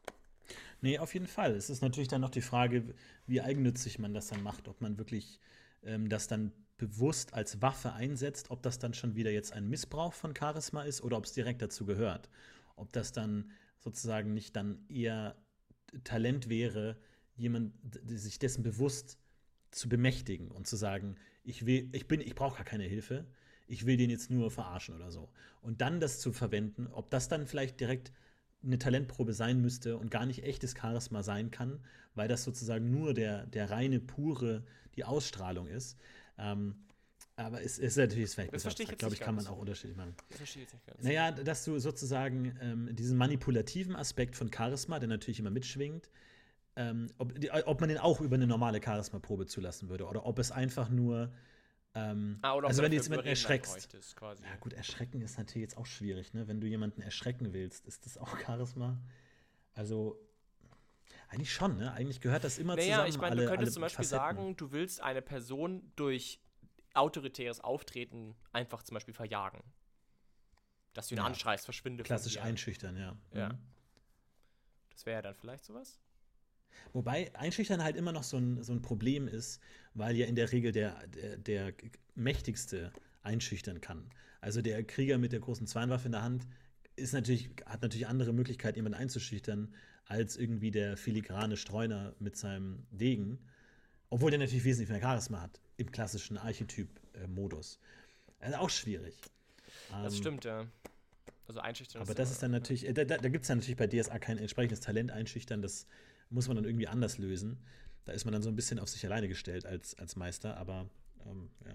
Nee, auf jeden Fall. Es ist natürlich dann noch die Frage, wie eigennützig man das dann macht, ob man wirklich ähm, das dann bewusst als Waffe einsetzt, ob das dann schon wieder jetzt ein Missbrauch von Charisma ist oder ob es direkt dazu gehört. Ob das dann sozusagen nicht dann eher Talent wäre, jemand d- sich dessen bewusst zu bemächtigen und zu sagen, ich will, ich bin, ich brauche gar keine Hilfe, ich will den jetzt nur verarschen oder so. Und dann das zu verwenden, ob das dann vielleicht direkt eine Talentprobe sein müsste und gar nicht echtes Charisma sein kann, weil das sozusagen nur der, der reine, pure, die Ausstrahlung ist. Ähm, aber es ist natürlich es vielleicht Das verstehe ich jetzt glaube nicht ich, kann man ganz. auch unterschiedlich machen. Das verstehe ich nicht ganz. Naja, dass du sozusagen ähm, diesen manipulativen Aspekt von Charisma, der natürlich immer mitschwingt, ähm, ob, die, ob man den auch über eine normale Charisma-Probe zulassen würde oder ob es einfach nur ähm, Ah, oder ob also du wenn du dafür jetzt jemanden überreden erschreckst. bräuchtest, quasi. Ja gut, erschrecken ist natürlich jetzt auch schwierig, ne? Wenn du jemanden erschrecken willst, ist das auch Charisma? Also eigentlich schon, ne? Eigentlich gehört das immer Naja, zusammen. ich meine, alle, du könntest alle zum Beispiel Facetten. sagen, du willst eine Person durch autoritäres Auftreten einfach zum Beispiel verjagen. Dass du ihn Ja. anschreist, verschwinde Klassisch von dir. einschüchtern, ja. Ja. Mhm. Das wäre ja dann vielleicht sowas. Wobei Einschüchtern halt immer noch so ein, so ein Problem ist, weil ja in der Regel der, der, der Mächtigste einschüchtern kann. Also der Krieger mit der großen Zweiwaffe in der Hand ist natürlich, hat natürlich andere Möglichkeiten, jemanden einzuschüchtern, als irgendwie der filigrane Streuner mit seinem Degen. Obwohl der natürlich wesentlich mehr Charisma hat, im klassischen Archetyp-Modus. Also auch schwierig. Das Ähm, stimmt, ja. Also einschüchtern Aber das ist dann natürlich, äh, da, da, da gibt es dann natürlich bei D S A kein entsprechendes Talent einschüchtern, das muss man dann irgendwie anders lösen. Da ist man dann so ein bisschen auf sich alleine gestellt als, als Meister, aber ähm, ja.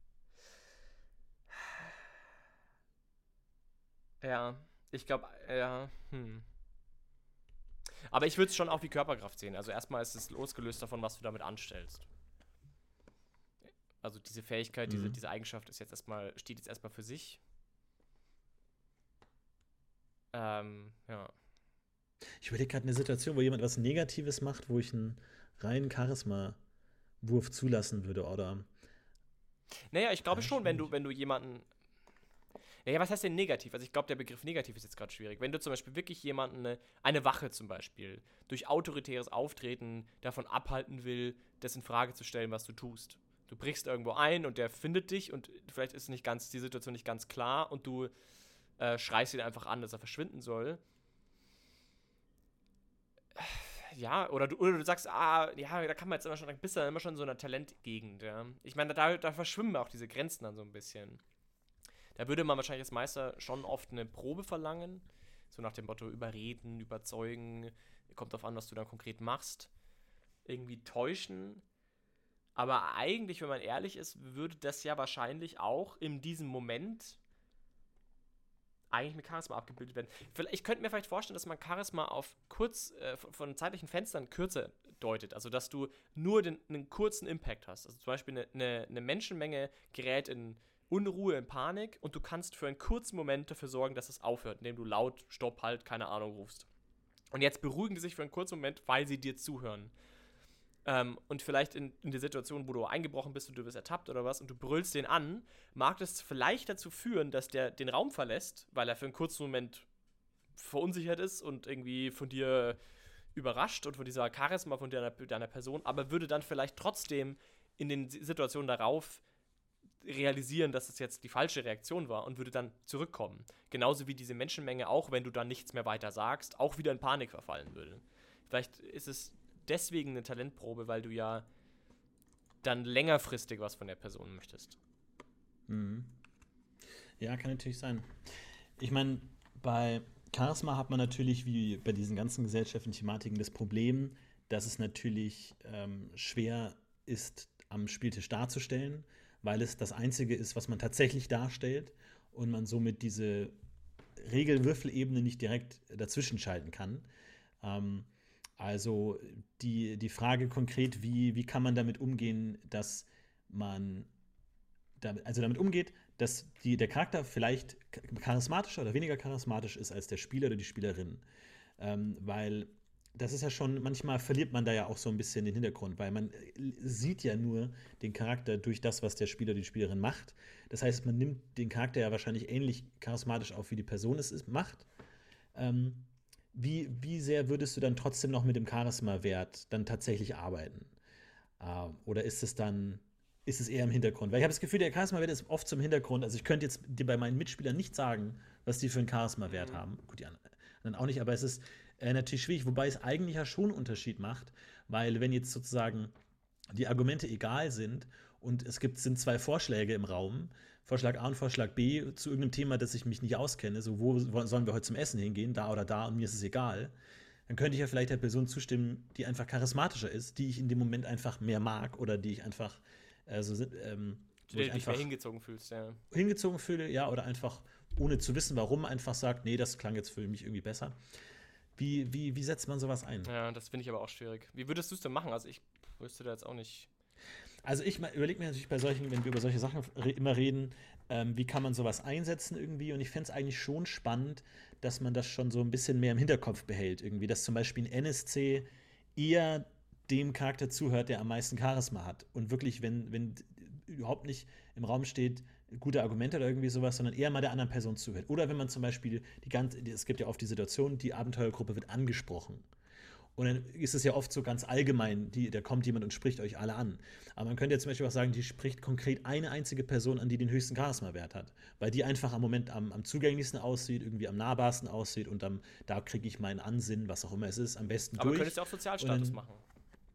Ja, ich glaube, ja, hm. Aber ich würde es schon auch wie Körperkraft sehen. Also erstmal ist es losgelöst davon, was du damit anstellst. Also diese Fähigkeit, diese, Mhm. diese Eigenschaft ist jetzt erstmal, steht jetzt erstmal für sich. Ähm, ja. Ich überlege gerade eine Situation, wo jemand was Negatives macht, wo ich einen reinen Charisma-Wurf zulassen würde, oder? Naja, ich glaube Ja, schon, wenn du, schwierig. wenn du jemanden. Naja, was heißt denn negativ? Also ich glaube, der Begriff negativ ist jetzt gerade schwierig. Wenn du zum Beispiel wirklich jemanden, eine, eine Wache zum Beispiel, durch autoritäres Auftreten davon abhalten will, das in Frage zu stellen, was du tust. Du brichst irgendwo ein und der findet dich und vielleicht ist nicht ganz die Situation nicht ganz klar und du äh, schreist ihn einfach an, dass er verschwinden soll. Ja, oder du, oder du sagst, ah, ja, da kann man jetzt immer schon, da bist du dann immer schon in so einer Talentgegend, ja. Ich meine, da, da verschwimmen auch diese Grenzen dann so ein bisschen. Da würde man wahrscheinlich als Meister schon oft eine Probe verlangen, so nach dem Motto überreden, überzeugen, kommt drauf an, was du dann konkret machst, irgendwie täuschen. Aber eigentlich, wenn man ehrlich ist, würde das ja wahrscheinlich auch in diesem Moment eigentlich mit Charisma abgebildet werden. Ich könnte mir vielleicht vorstellen, dass man Charisma auf kurz, äh, von zeitlichen Fenstern kürzer deutet. Also, dass du nur den, einen kurzen Impact hast. Also zum Beispiel eine, eine, eine Menschenmenge gerät in Unruhe, in Panik und du kannst für einen kurzen Moment dafür sorgen, dass es aufhört, indem du laut, stopp, halt, keine Ahnung rufst. Und jetzt beruhigen die sich für einen kurzen Moment, weil sie dir zuhören. Ähm, und vielleicht in, in der Situation, wo du eingebrochen bist und du wirst ertappt oder was und du brüllst den an, mag das vielleicht dazu führen, dass der den Raum verlässt, weil er für einen kurzen Moment verunsichert ist und irgendwie von dir überrascht und von dieser Charisma von deiner, deiner Person, aber würde dann vielleicht trotzdem in den Situationen darauf realisieren, dass es jetzt die falsche Reaktion war und würde dann zurückkommen. Genauso wie diese Menschenmenge auch, wenn du dann nichts mehr weiter sagst, auch wieder in Panik verfallen würde. Vielleicht ist es deswegen eine Talentprobe, weil du ja dann längerfristig was von der Person möchtest. Mhm. Ja, kann natürlich sein. Ich meine, bei Charisma hat man natürlich, wie bei diesen ganzen gesellschaftlichen Thematiken, das Problem, dass es natürlich ähm, schwer ist, am Spieltisch darzustellen, weil es das Einzige ist, was man tatsächlich darstellt und man somit diese Regelwürfelebene nicht direkt dazwischen schalten kann. Ähm, also die, die Frage konkret, wie, wie kann man damit umgehen, dass man damit, also damit umgeht, dass die, der Charakter vielleicht charismatischer oder weniger charismatisch ist als der Spieler oder die Spielerin. Ähm, weil das ist ja schon, manchmal verliert man da ja auch so ein bisschen den Hintergrund, weil man sieht ja nur den Charakter durch das, was der Spieler oder die Spielerin macht. Das heißt, man nimmt den Charakter ja wahrscheinlich ähnlich charismatisch auf, wie die Person es ist, macht. Ähm, wie, wie sehr würdest du dann trotzdem noch mit dem Charisma-Wert dann tatsächlich arbeiten? Äh, oder ist es dann, ist es eher im Hintergrund? Weil ich habe das Gefühl, der Charisma-Wert ist oft zum Hintergrund. Also ich könnte jetzt dir bei meinen Mitspielern nicht sagen, was die für einen Charisma-Wert mhm. haben. Gut, die anderen auch nicht, aber es ist äh, natürlich schwierig, wobei es eigentlich ja schon einen Unterschied macht, weil wenn jetzt sozusagen die Argumente egal sind und es gibt, sind zwei Vorschläge im Raum, Vorschlag A und Vorschlag B zu irgendeinem Thema, das ich mich nicht auskenne, so wo sollen wir heute zum Essen hingehen, da oder da und mir ist es egal, dann könnte ich ja vielleicht der Person zustimmen, die einfach charismatischer ist, die ich in dem Moment einfach mehr mag oder die ich einfach äh, so ähm, wo du dich mehr hingezogen fühlst, ja. Hingezogen fühle, ja, oder einfach ohne zu wissen, warum, einfach sagt, nee, das klang jetzt für mich irgendwie besser. Wie, wie, wie setzt man sowas ein? Ja, das finde ich aber auch schwierig. Wie würdest du es denn machen? Also ich wüsste da jetzt auch nicht. Also ich überlege mir natürlich bei solchen, wenn wir über solche Sachen re- immer reden, ähm, wie kann man sowas einsetzen irgendwie? Und ich fände es eigentlich schon spannend, dass man das schon so ein bisschen mehr im Hinterkopf behält irgendwie, dass zum Beispiel ein N S C eher dem Charakter zuhört, der am meisten Charisma hat. Und wirklich, wenn, wenn überhaupt nicht im Raum steht, gute Argumente oder irgendwie sowas, sondern eher mal der anderen Person zuhört. Oder wenn man zum Beispiel die ganze, es gibt ja oft die Situation, die Abenteuergruppe wird angesprochen. Und dann ist es ja oft so ganz allgemein, die, da kommt jemand und spricht euch alle an. Aber man könnte ja zum Beispiel auch sagen, die spricht konkret eine einzige Person an, die den höchsten Charisma-Wert hat. Weil die einfach am Moment am, am zugänglichsten aussieht, irgendwie am nahbarsten aussieht und am, da kriege ich meinen Ansinnen, was auch immer es ist, am besten Aber durch. Aber könntest du auch Sozialstatus dann, machen?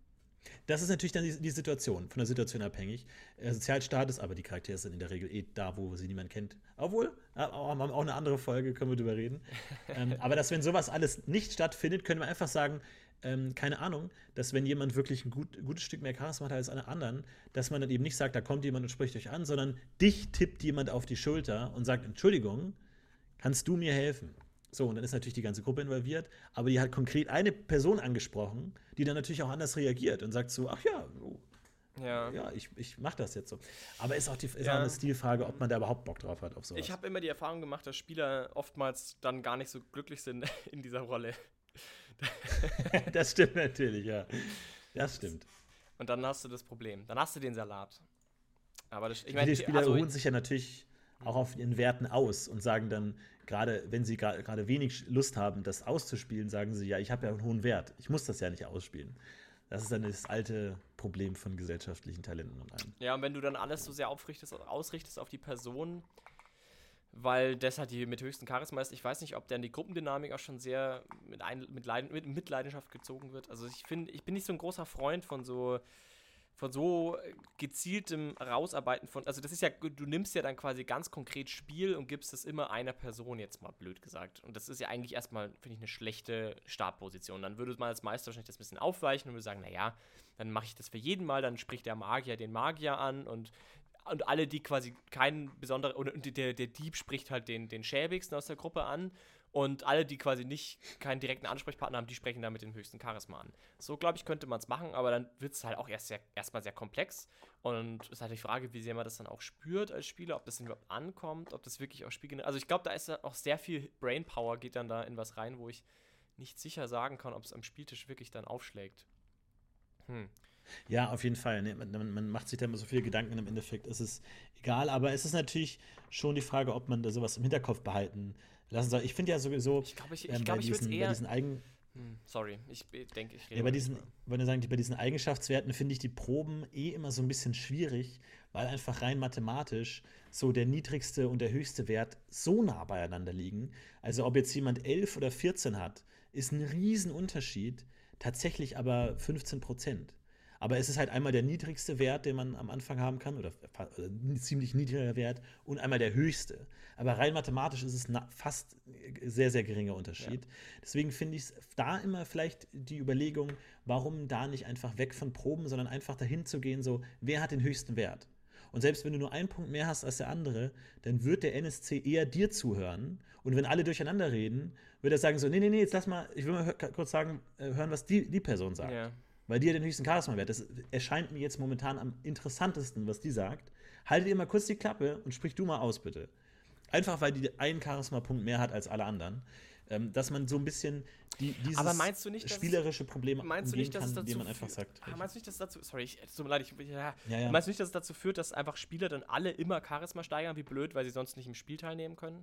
Das ist natürlich dann die, die Situation, von der Situation abhängig. Äh, Sozialstatus, aber die Charaktere sind in der Regel eh da, wo sie niemand kennt. Obwohl, äh, haben wir auch eine andere Folge, können wir drüber reden. ähm, aber dass, wenn sowas alles nicht stattfindet, können wir einfach sagen, ähm, keine Ahnung, dass wenn jemand wirklich ein gut, gutes Stück mehr Charisma hat als alle anderen, dass man dann eben nicht sagt, da kommt jemand und spricht euch an, sondern dich tippt jemand auf die Schulter und sagt, Entschuldigung, kannst du mir helfen? So, und dann ist natürlich die ganze Gruppe involviert, aber die hat konkret eine Person angesprochen, die dann natürlich auch anders reagiert und sagt so, ach ja, oh, ja, ja ich, ich mach das jetzt so. Aber ist auch, die, ist ja. auch eine Stilfrage, ob man da überhaupt Bock drauf hat auf sowas. Ich habe immer die Erfahrung gemacht, dass Spieler oftmals dann gar nicht so glücklich sind in dieser Rolle. Das stimmt natürlich, ja. Das stimmt. Und dann hast du das Problem. Dann hast du den Salat. Aber das, ich meine, die Spieler also, ruhen sich ja natürlich auch auf ihren Werten aus und sagen dann, gerade wenn sie gerade wenig Lust haben, das auszuspielen, sagen sie, ja, ich habe ja einen hohen Wert. Ich muss das ja nicht ausspielen. Das ist dann das alte Problem von gesellschaftlichen Talenten und allem. Ja, und wenn du dann alles so sehr aufrichtest, ausrichtest auf die Person, weil das halt die mit höchsten Charisma ist, ich weiß nicht, ob dann die Gruppendynamik auch schon sehr mit, ein, mit, Leiden, mit, mit Leidenschaft gezogen wird. Also ich finde, ich bin nicht so ein großer Freund von so von so gezieltem Rausarbeiten von, also das ist ja, du nimmst ja dann quasi ganz konkret Spiel und gibst es immer einer Person, jetzt mal blöd gesagt. Und das ist ja eigentlich erstmal, finde ich, eine schlechte Startposition. Dann würde man als Meister wahrscheinlich das ein bisschen aufweichen und würde sagen, naja, dann mache ich das für jeden Mal, dann spricht der Magier den Magier an und, und alle, die quasi keinen besonderen, oder der, der Dieb spricht halt den, den Schäbigsten aus der Gruppe an. Und alle, die quasi nicht keinen direkten Ansprechpartner haben, die sprechen dann mit dem höchsten Charisma an. So, glaube ich, könnte man es machen, aber dann wird es halt auch erst sehr, erstmal sehr komplex. Und es ist halt die Frage, wie sehr man das dann auch spürt als Spieler, ob das denn überhaupt ankommt, ob das wirklich auch Spiel. Also ich glaube, da ist auch sehr viel Brainpower, geht dann da in was rein, wo ich nicht sicher sagen kann, ob es am Spieltisch wirklich dann aufschlägt. Hm. Ja, auf jeden Fall. Ne? Man, man macht sich da immer so viele Gedanken, im Endeffekt ist es egal. Aber es ist natürlich schon die Frage, ob man da sowas im Hinterkopf behalten lassen soll. Ich finde ja sowieso, ich glaube, ich, ich, ähm, glaub, bei, ich diesen, eher, bei diesen Eigen... Hm, sorry, ich denke, ich rede ja, bei diesen, würde sagen, bei diesen Eigenschaftswerten finde ich die Proben eh immer so ein bisschen schwierig, weil einfach rein mathematisch so der niedrigste und der höchste Wert so nah beieinander liegen. Also ob jetzt jemand elf oder vierzehn hat, ist ein Riesenunterschied, tatsächlich aber fünfzehn Prozent. Aber es ist halt einmal der niedrigste Wert, den man am Anfang haben kann, oder, oder ein ziemlich niedriger Wert, und einmal der höchste. Aber rein mathematisch ist es na, fast sehr, sehr geringer Unterschied. Ja. Deswegen finde ich es da immer vielleicht die Überlegung, warum da nicht einfach weg von Proben, sondern einfach dahin zu gehen, so, wer hat den höchsten Wert? Und selbst wenn du nur einen Punkt mehr hast als der andere, dann wird der N S C eher dir zuhören. Und wenn alle durcheinander reden, wird er sagen so, nee, nee, nee, jetzt lass mal, ich will mal kurz sagen, hören, was die, die Person sagt. Ja. Weil die ja den höchsten Charisma-Wert. Das erscheint mir jetzt momentan am interessantesten, was die sagt. haltet ihr mal kurz die Klappe und sprich du mal aus, bitte. Einfach, weil die einen Charisma-Punkt mehr hat als alle anderen. Ähm, dass man so ein bisschen die, dieses Aber meinst du nicht, dass- spielerische Problem Meinst du umgehen nicht, dass kann, es dazu indem man einfach führt- sagt, Ah, meinst du nicht, dass es dazu. Sorry, ich, es tut mir leid, ich, ja. ja, ja. Meinst du nicht, dass es dazu führt, dass einfach Spieler dann alle immer Charisma steigern, wie blöd, weil sie sonst nicht im Spiel teilnehmen können?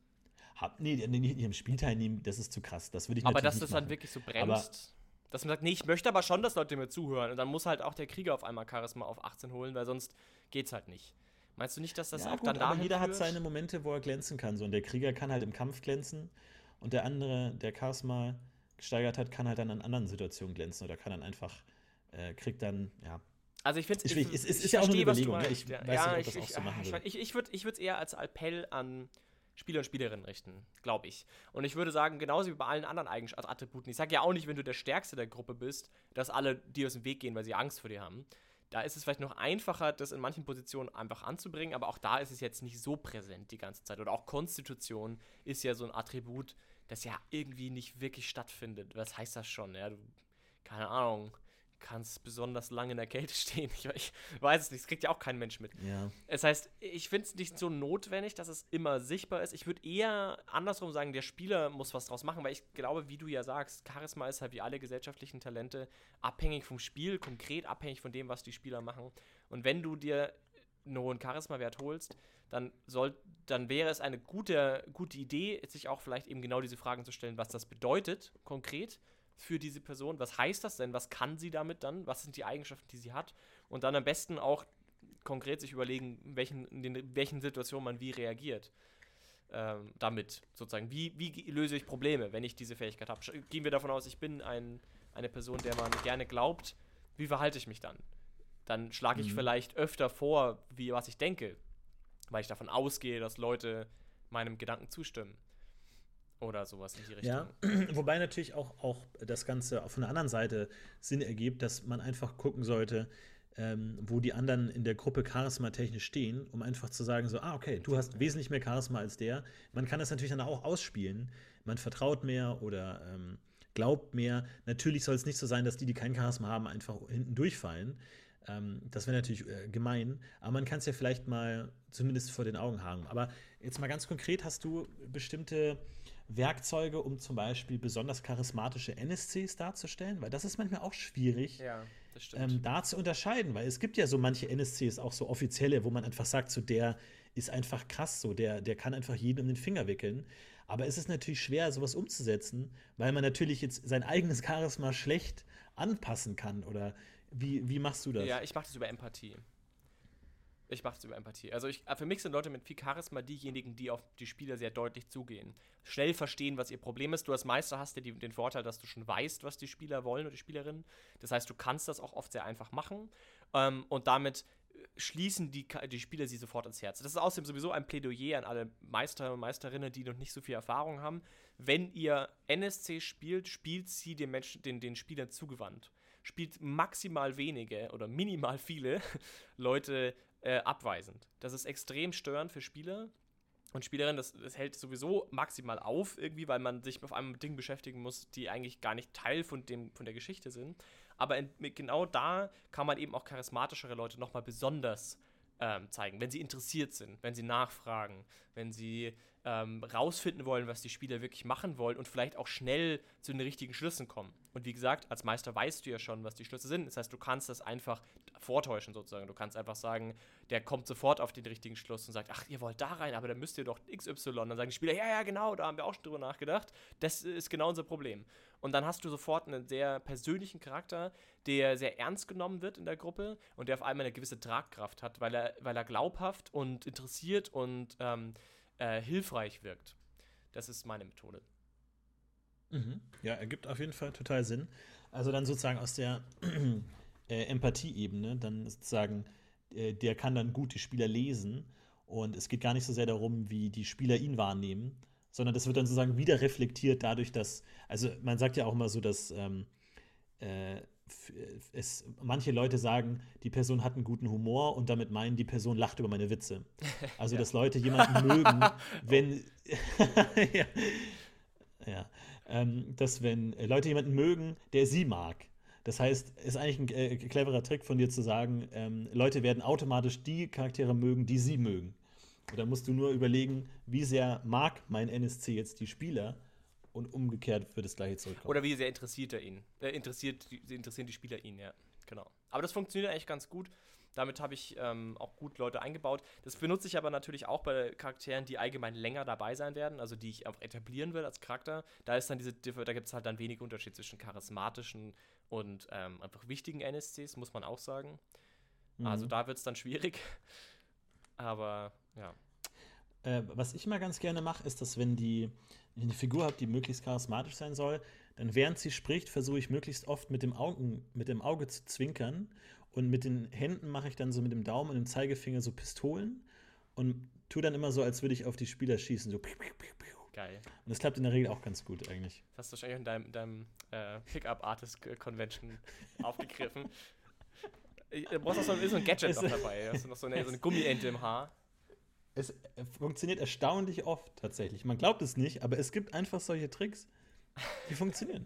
Hab, nee, nee, nicht im Spiel teilnehmen, das ist zu krass. Das würde ich Aber natürlich dass nicht das dann machen. wirklich so bremst. Dass man sagt, nee, ich möchte aber schon, dass Leute mir zuhören. Und dann muss halt auch der Krieger auf einmal Charisma auf achtzehn holen, weil sonst geht's halt nicht. Meinst du nicht, dass das ja, auch gut, dann aber dahin jeder hat führt? seine Momente, wo er glänzen kann. So. Und der Krieger kann halt im Kampf glänzen und der andere, der Charisma gesteigert hat, kann halt dann in anderen Situationen glänzen oder kann dann einfach, äh, kriegt dann, ja. Also ich finde Ist schwierig. Es- es ist ja auch nur eine Überlegung, ne? Ich weiß nicht, ob das auch so machen würde. Ich, ich würde ich es eher als Appell an Spieler und Spielerinnen richten, glaube ich. Und ich würde sagen, genauso wie bei allen anderen Eigen- also Attributen. Ich sage ja auch nicht, wenn du der Stärkste der Gruppe bist, dass alle dir aus dem Weg gehen, weil sie Angst vor dir haben. Da ist es vielleicht noch einfacher, das in manchen Positionen einfach anzubringen, aber auch da ist es jetzt nicht so präsent die ganze Zeit. Oder auch Konstitution ist ja so ein Attribut, das ja irgendwie nicht wirklich stattfindet. Was heißt das schon? Ja, du, keine Ahnung, kannst besonders lange in der Kälte stehen. Ich, ich weiß es nicht, das kriegt ja auch kein Mensch mit. Ja. Das heißt, ich finde es nicht so notwendig, dass es immer sichtbar ist. Ich würde eher andersrum sagen, der Spieler muss was draus machen, weil ich glaube, wie du ja sagst, Charisma ist halt wie alle gesellschaftlichen Talente abhängig vom Spiel, konkret abhängig von dem, was die Spieler machen. Und wenn du dir einen hohen Charisma-Wert holst, dann, soll, dann wäre es eine gute, gute Idee, sich auch vielleicht eben genau diese Fragen zu stellen, was das bedeutet, konkret, für diese Person. Was heißt das denn? Was kann sie damit dann? Was sind die Eigenschaften, die sie hat? Und dann am besten auch konkret sich überlegen, in welchen, in den, welchen Situationen man wie reagiert. Ähm, damit sozusagen. Wie, wie löse ich Probleme, wenn ich diese Fähigkeit habe? Gehen wir davon aus, ich bin ein, eine Person, der man gerne glaubt. Wie verhalte ich mich dann? Dann schlage ich Mhm. vielleicht öfter vor, wie was ich denke, weil ich davon ausgehe, dass Leute meinem Gedanken zustimmen. Oder sowas in die Richtung. Ja, wobei natürlich auch, auch das Ganze von der anderen Seite Sinn ergibt, dass man einfach gucken sollte, ähm, wo die anderen in der Gruppe charismatechnisch stehen, um einfach zu sagen, so, ah, okay, du hast wesentlich mehr Charisma als der. Man kann das natürlich dann auch ausspielen. Man vertraut mehr oder ähm, glaubt mehr. Natürlich soll es nicht so sein, dass die, die kein Charisma haben, einfach hinten durchfallen. Ähm, das wäre natürlich äh, gemein, aber man kann es ja vielleicht mal zumindest vor den Augen haben. Aber jetzt mal ganz konkret, hast du bestimmte Werkzeuge, um zum Beispiel besonders charismatische N S Cs darzustellen? Weil das ist manchmal auch schwierig, Ja, das stimmt. ähm, da zu unterscheiden, weil es gibt ja so manche N S Cs, auch so offizielle, wo man einfach sagt, so der ist einfach krass, so der, der kann einfach jeden um den Finger wickeln. Aber es ist natürlich schwer, sowas umzusetzen, weil man natürlich jetzt sein eigenes Charisma schlecht anpassen kann. Oder wie, wie machst du das? Ja, ich mache das über Empathie. Ich mache das über Empathie. Also ich, für mich sind Leute mit viel Charisma diejenigen, die auf die Spieler sehr deutlich zugehen. Schnell verstehen, was ihr Problem ist. Du als Meister hast ja die, den Vorteil, dass du schon weißt, was die Spieler wollen oder die Spielerinnen. Das heißt, du kannst das auch oft sehr einfach machen. Ähm, und damit schließen die, die Spieler sie sofort ins Herz. Das ist außerdem sowieso ein Plädoyer an alle Meister und Meisterinnen, die noch nicht so viel Erfahrung haben. Wenn ihr N S C spielt, spielt sie den Menschen, den, den Spielern zugewandt. Spielt maximal wenige oder minimal viele Leute äh, abweisend. Das ist extrem störend für Spieler und Spielerinnen. Das, das hält sowieso maximal auf, irgendwie, weil man sich auf einmal mit Dingen beschäftigen muss, die eigentlich gar nicht Teil von, dem, von der Geschichte sind. Aber in, genau da kann man eben auch charismatischere Leute nochmal besonders ähm, zeigen, wenn sie interessiert sind, wenn sie nachfragen, wenn sie ähm, rausfinden wollen, was die Spieler wirklich machen wollen und vielleicht auch schnell zu den richtigen Schlüssen kommen. Und wie gesagt, als Meister weißt du ja schon, was die Schlüsse sind. Das heißt, du kannst das einfach vortäuschen sozusagen. Du kannst einfach sagen, der kommt sofort auf den richtigen Schluss und sagt, ach, ihr wollt da rein, aber dann müsst ihr doch X Y. Dann sagen die Spieler, ja, ja, genau, da haben wir auch schon drüber nachgedacht. Das ist genau unser Problem. Und dann hast du sofort einen sehr persönlichen Charakter, der sehr ernst genommen wird in der Gruppe und der auf einmal eine gewisse Tragkraft hat, weil er, weil er glaubhaft und interessiert und ähm, äh, hilfreich wirkt. Das ist meine Methode. Mhm. Ja, ergibt auf jeden Fall total Sinn. Also dann sozusagen aus der äh, Empathieebene, dann sozusagen, äh, der kann dann gut die Spieler lesen und es geht gar nicht so sehr darum, wie die Spieler ihn wahrnehmen, sondern das wird dann sozusagen wieder reflektiert dadurch, dass, also man sagt ja auch immer so, dass ähm, äh, es, manche Leute sagen, die Person hat einen guten Humor und damit meinen, die Person lacht über meine Witze. Also, Ja. dass Leute jemanden mögen, wenn ja, ja. Ähm, dass wenn Leute jemanden mögen, der sie mag, Das heißt, ist eigentlich ein äh, cleverer Trick von dir zu sagen, ähm, Leute werden automatisch die Charaktere mögen, die sie mögen. Und dann musst du nur überlegen, wie sehr mag mein N S C jetzt die Spieler und umgekehrt wird das gleiche zurückkommen. Oder wie sehr interessiert er ihn. Äh, interessiert, die, interessieren die Spieler ihn, ja. Genau. Aber das funktioniert eigentlich ganz gut. Damit habe ich ähm, auch gut Leute eingebaut. Das benutze ich aber natürlich auch bei Charakteren, die allgemein länger dabei sein werden, also die ich einfach etablieren will als Charakter. Da ist dann diese, da gibt es halt dann wenig Unterschied zwischen charismatischen und ähm, einfach wichtigen N S Cs, muss man auch sagen. Mhm. Also da wird es dann schwierig. Aber ja. Äh, was ich mal ganz gerne mache, ist, dass wenn die wenn ich eine Figur habe, die möglichst charismatisch sein soll, dann während sie spricht, versuche ich möglichst oft mit dem, Augen, mit dem Auge zu zwinkern. Und mit den Händen mache ich dann so mit dem Daumen und dem Zeigefinger so Pistolen und tue dann immer so, als würde ich auf die Spieler schießen. So. Geil. Und das klappt in der Regel auch ganz gut eigentlich. Das hast du wahrscheinlich in deinem, deinem äh, Pickup-Artist-Convention aufgegriffen. Du brauchst auch so, so ein Gadget noch dabei. Hast du noch so eine, so eine Gummiente im Haar. Es funktioniert erstaunlich oft tatsächlich. Man glaubt es nicht, aber es gibt einfach solche Tricks, die funktionieren.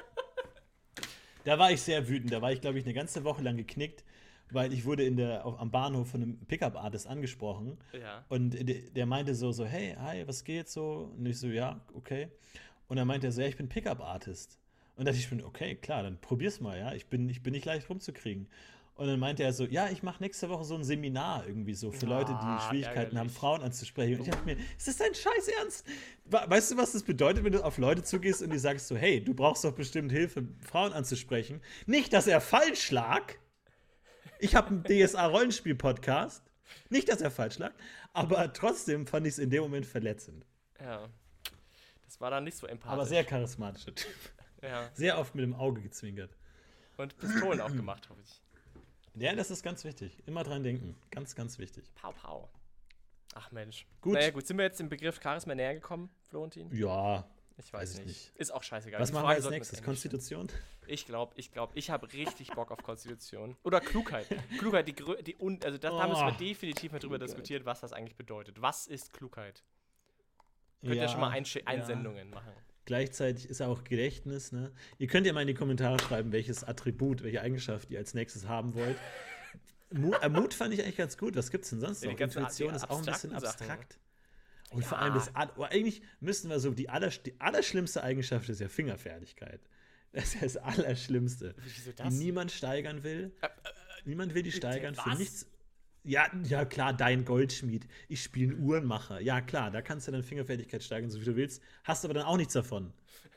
Da war ich sehr wütend. Da war ich, glaube ich, eine ganze Woche lang geknickt, weil ich wurde in der, auf, am Bahnhof von einem Pickup-Artist angesprochen. Ja. Und der, der meinte so, so, hey, hi, was geht so? Und ich so, ja, okay. Und dann meinte er so, ja, ich bin Pickup-Artist. Und da dachte ich, okay, klar, dann probier's mal, ja. Ich bin, ich bin nicht leicht rumzukriegen. Und dann meinte er so, ja, ich mache nächste Woche so ein Seminar irgendwie so für Leute, die Schwierigkeiten ärgerlich. haben, Frauen anzusprechen. Und ich dachte mir, ist das dein Scheiß Ernst? Weißt du, was das bedeutet, wenn du auf Leute zugehst und die sagst so, hey, du brauchst doch bestimmt Hilfe, Frauen anzusprechen? Nicht, dass er falsch lag. Ich habe einen D S A-Rollenspiel-Podcast. Nicht, dass er falsch lag. Aber trotzdem fand ich es in dem Moment verletzend. Ja, das war dann nicht so empathisch. Aber sehr charismatischer Typ. Ja. Sehr oft mit dem Auge gezwinkert. Und Pistolen auch gemacht, hoffe ich. Ja, das ist ganz wichtig. Immer dran denken. Ganz, ganz wichtig. Pau, pau. Ach Mensch. Gut. Naja, gut. Sind wir jetzt dem Begriff Charisma näher gekommen, Florentin? Ja. Ich weiß, weiß ich nicht. nicht. Ist auch scheißegal. Was machen wir als nächstes? Konstitution? Ich glaube, ich glaube, ich habe richtig Bock auf Konstitution. Oder Klugheit. Klugheit, die, die also da, oh, da müssen wir definitiv mal drüber Klugheit. diskutieren, was das eigentlich bedeutet. Was ist Klugheit? Könnt ihr ja, schon mal Einsch- Einsendungen ja. machen. Gleichzeitig ist er auch Gedächtnis, ne? Ihr könnt ja mal in die Kommentare schreiben, welches Attribut, welche Eigenschaft ihr als nächstes haben wollt. Mut, äh, Mut fand ich eigentlich ganz gut. Was gibt's denn sonst noch? Ja, Intuition ist auch ein bisschen abstrakt. Sachen. Und ja. vor allem, das, oh, eigentlich müssten wir so, die, aller, die allerschlimmste Eigenschaft ist ja Fingerfertigkeit. Das ist das Allerschlimmste. Wieso das? Die niemand steigern will. Äh, äh, niemand will die steigern was? für nichts. Ja, ja, klar, dein Goldschmied. Ich spiele einen Uhrenmacher. Ja, klar, da kannst du deine Fingerfertigkeit steigern, so wie du willst. Hast aber dann auch nichts davon.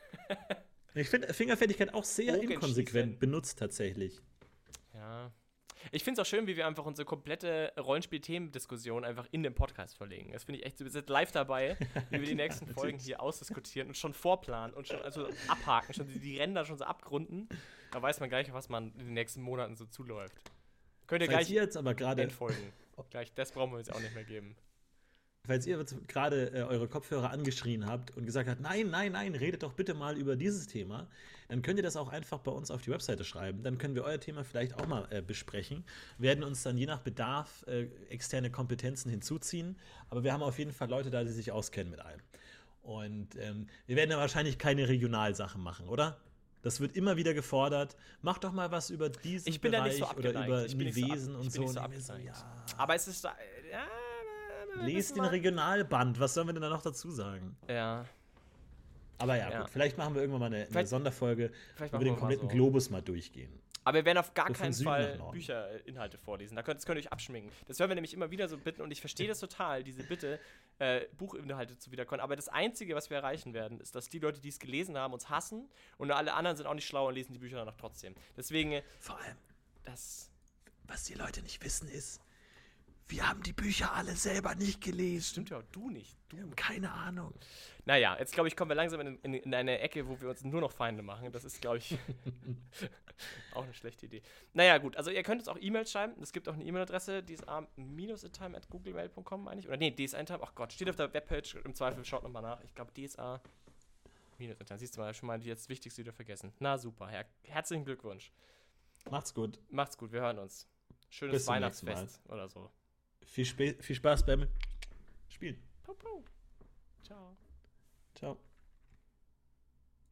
Ich finde Fingerfertigkeit auch sehr Bogen inkonsequent schießen. benutzt tatsächlich. Ja. Ich finde es auch schön, wie wir einfach unsere komplette Rollenspiel-Themendiskussion einfach in den Podcast verlegen. Das finde ich echt, wir sind live dabei, wie wir die nächsten Folgen natürlich. hier ausdiskutieren und schon vorplanen und schon also abhaken, schon die, die Ränder schon so abgrunden. Da weiß man gleich, was man in den nächsten Monaten so zuläuft. Könnt ihr Falls gleich ihr jetzt aber gerade entfolgen. Gleich, das brauchen wir uns auch nicht mehr geben. Falls ihr gerade äh, eure Kopfhörer angeschrien habt und gesagt habt, nein, nein, nein, redet doch bitte mal über dieses Thema, dann könnt ihr das auch einfach bei uns auf die Webseite schreiben. Dann können wir euer Thema vielleicht auch mal äh, besprechen. Wir werden uns dann je nach Bedarf äh, externe Kompetenzen hinzuziehen. Aber wir haben auf jeden Fall Leute da, die sich auskennen mit allem. Und ähm, wir werden ja wahrscheinlich keine Regionalsachen machen, oder? Das wird immer wieder gefordert. Mach doch mal was über diesen ich bin Bereich da nicht so oder über so Nivesen und so. so so, ja. Aber es ist... Ja, lest den Regionalband. Was sollen wir denn da noch dazu sagen? Ja. Aber ja, ja. gut. Vielleicht machen wir irgendwann mal eine, eine Sonderfolge, wo wir den kompletten mal so. Globus mal durchgehen. Aber wir werden auf gar so keinen Fall Bücherinhalte vorlesen. Da könnt, das könnt ihr euch abschminken. Das hören wir nämlich immer wieder so bitten. Und ich verstehe das total, diese Bitte, äh, Buchinhalte zu wiederkommen. Aber das Einzige, was wir erreichen werden, ist, dass die Leute, die es gelesen haben, uns hassen. Und alle anderen sind auch nicht schlau und lesen die Bücher danach trotzdem. Deswegen... Vor allem, das, was die Leute nicht wissen, ist, wir haben die Bücher alle selber nicht gelesen. Stimmt ja, du nicht. Du. Wir haben keine Ahnung. Naja, jetzt glaube ich, kommen wir langsam in, in, in eine Ecke, wo wir uns nur noch Feinde machen. Das ist, glaube ich, auch eine schlechte Idee. Naja, gut. Also ihr könnt uns auch E-Mails schreiben. Es gibt auch eine E-Mail-Adresse, d s a intime at googlemail punkt com meine ich. Oder nee, dsintime. Ach Gott, steht auf der Webpage. Im Zweifel schaut nochmal nach. Ich glaube, dsA intime. Siehst du mal, schon mal die jetzt Wichtigste wieder vergessen. Na super. Her- herzlichen Glückwunsch. Macht's gut. Macht's gut. Wir hören uns. Schönes Bis zum Weihnachtsfest oder so. Viel, Sp- viel Spaß beim Spielen. Pau, pau. Ciao. Ciao.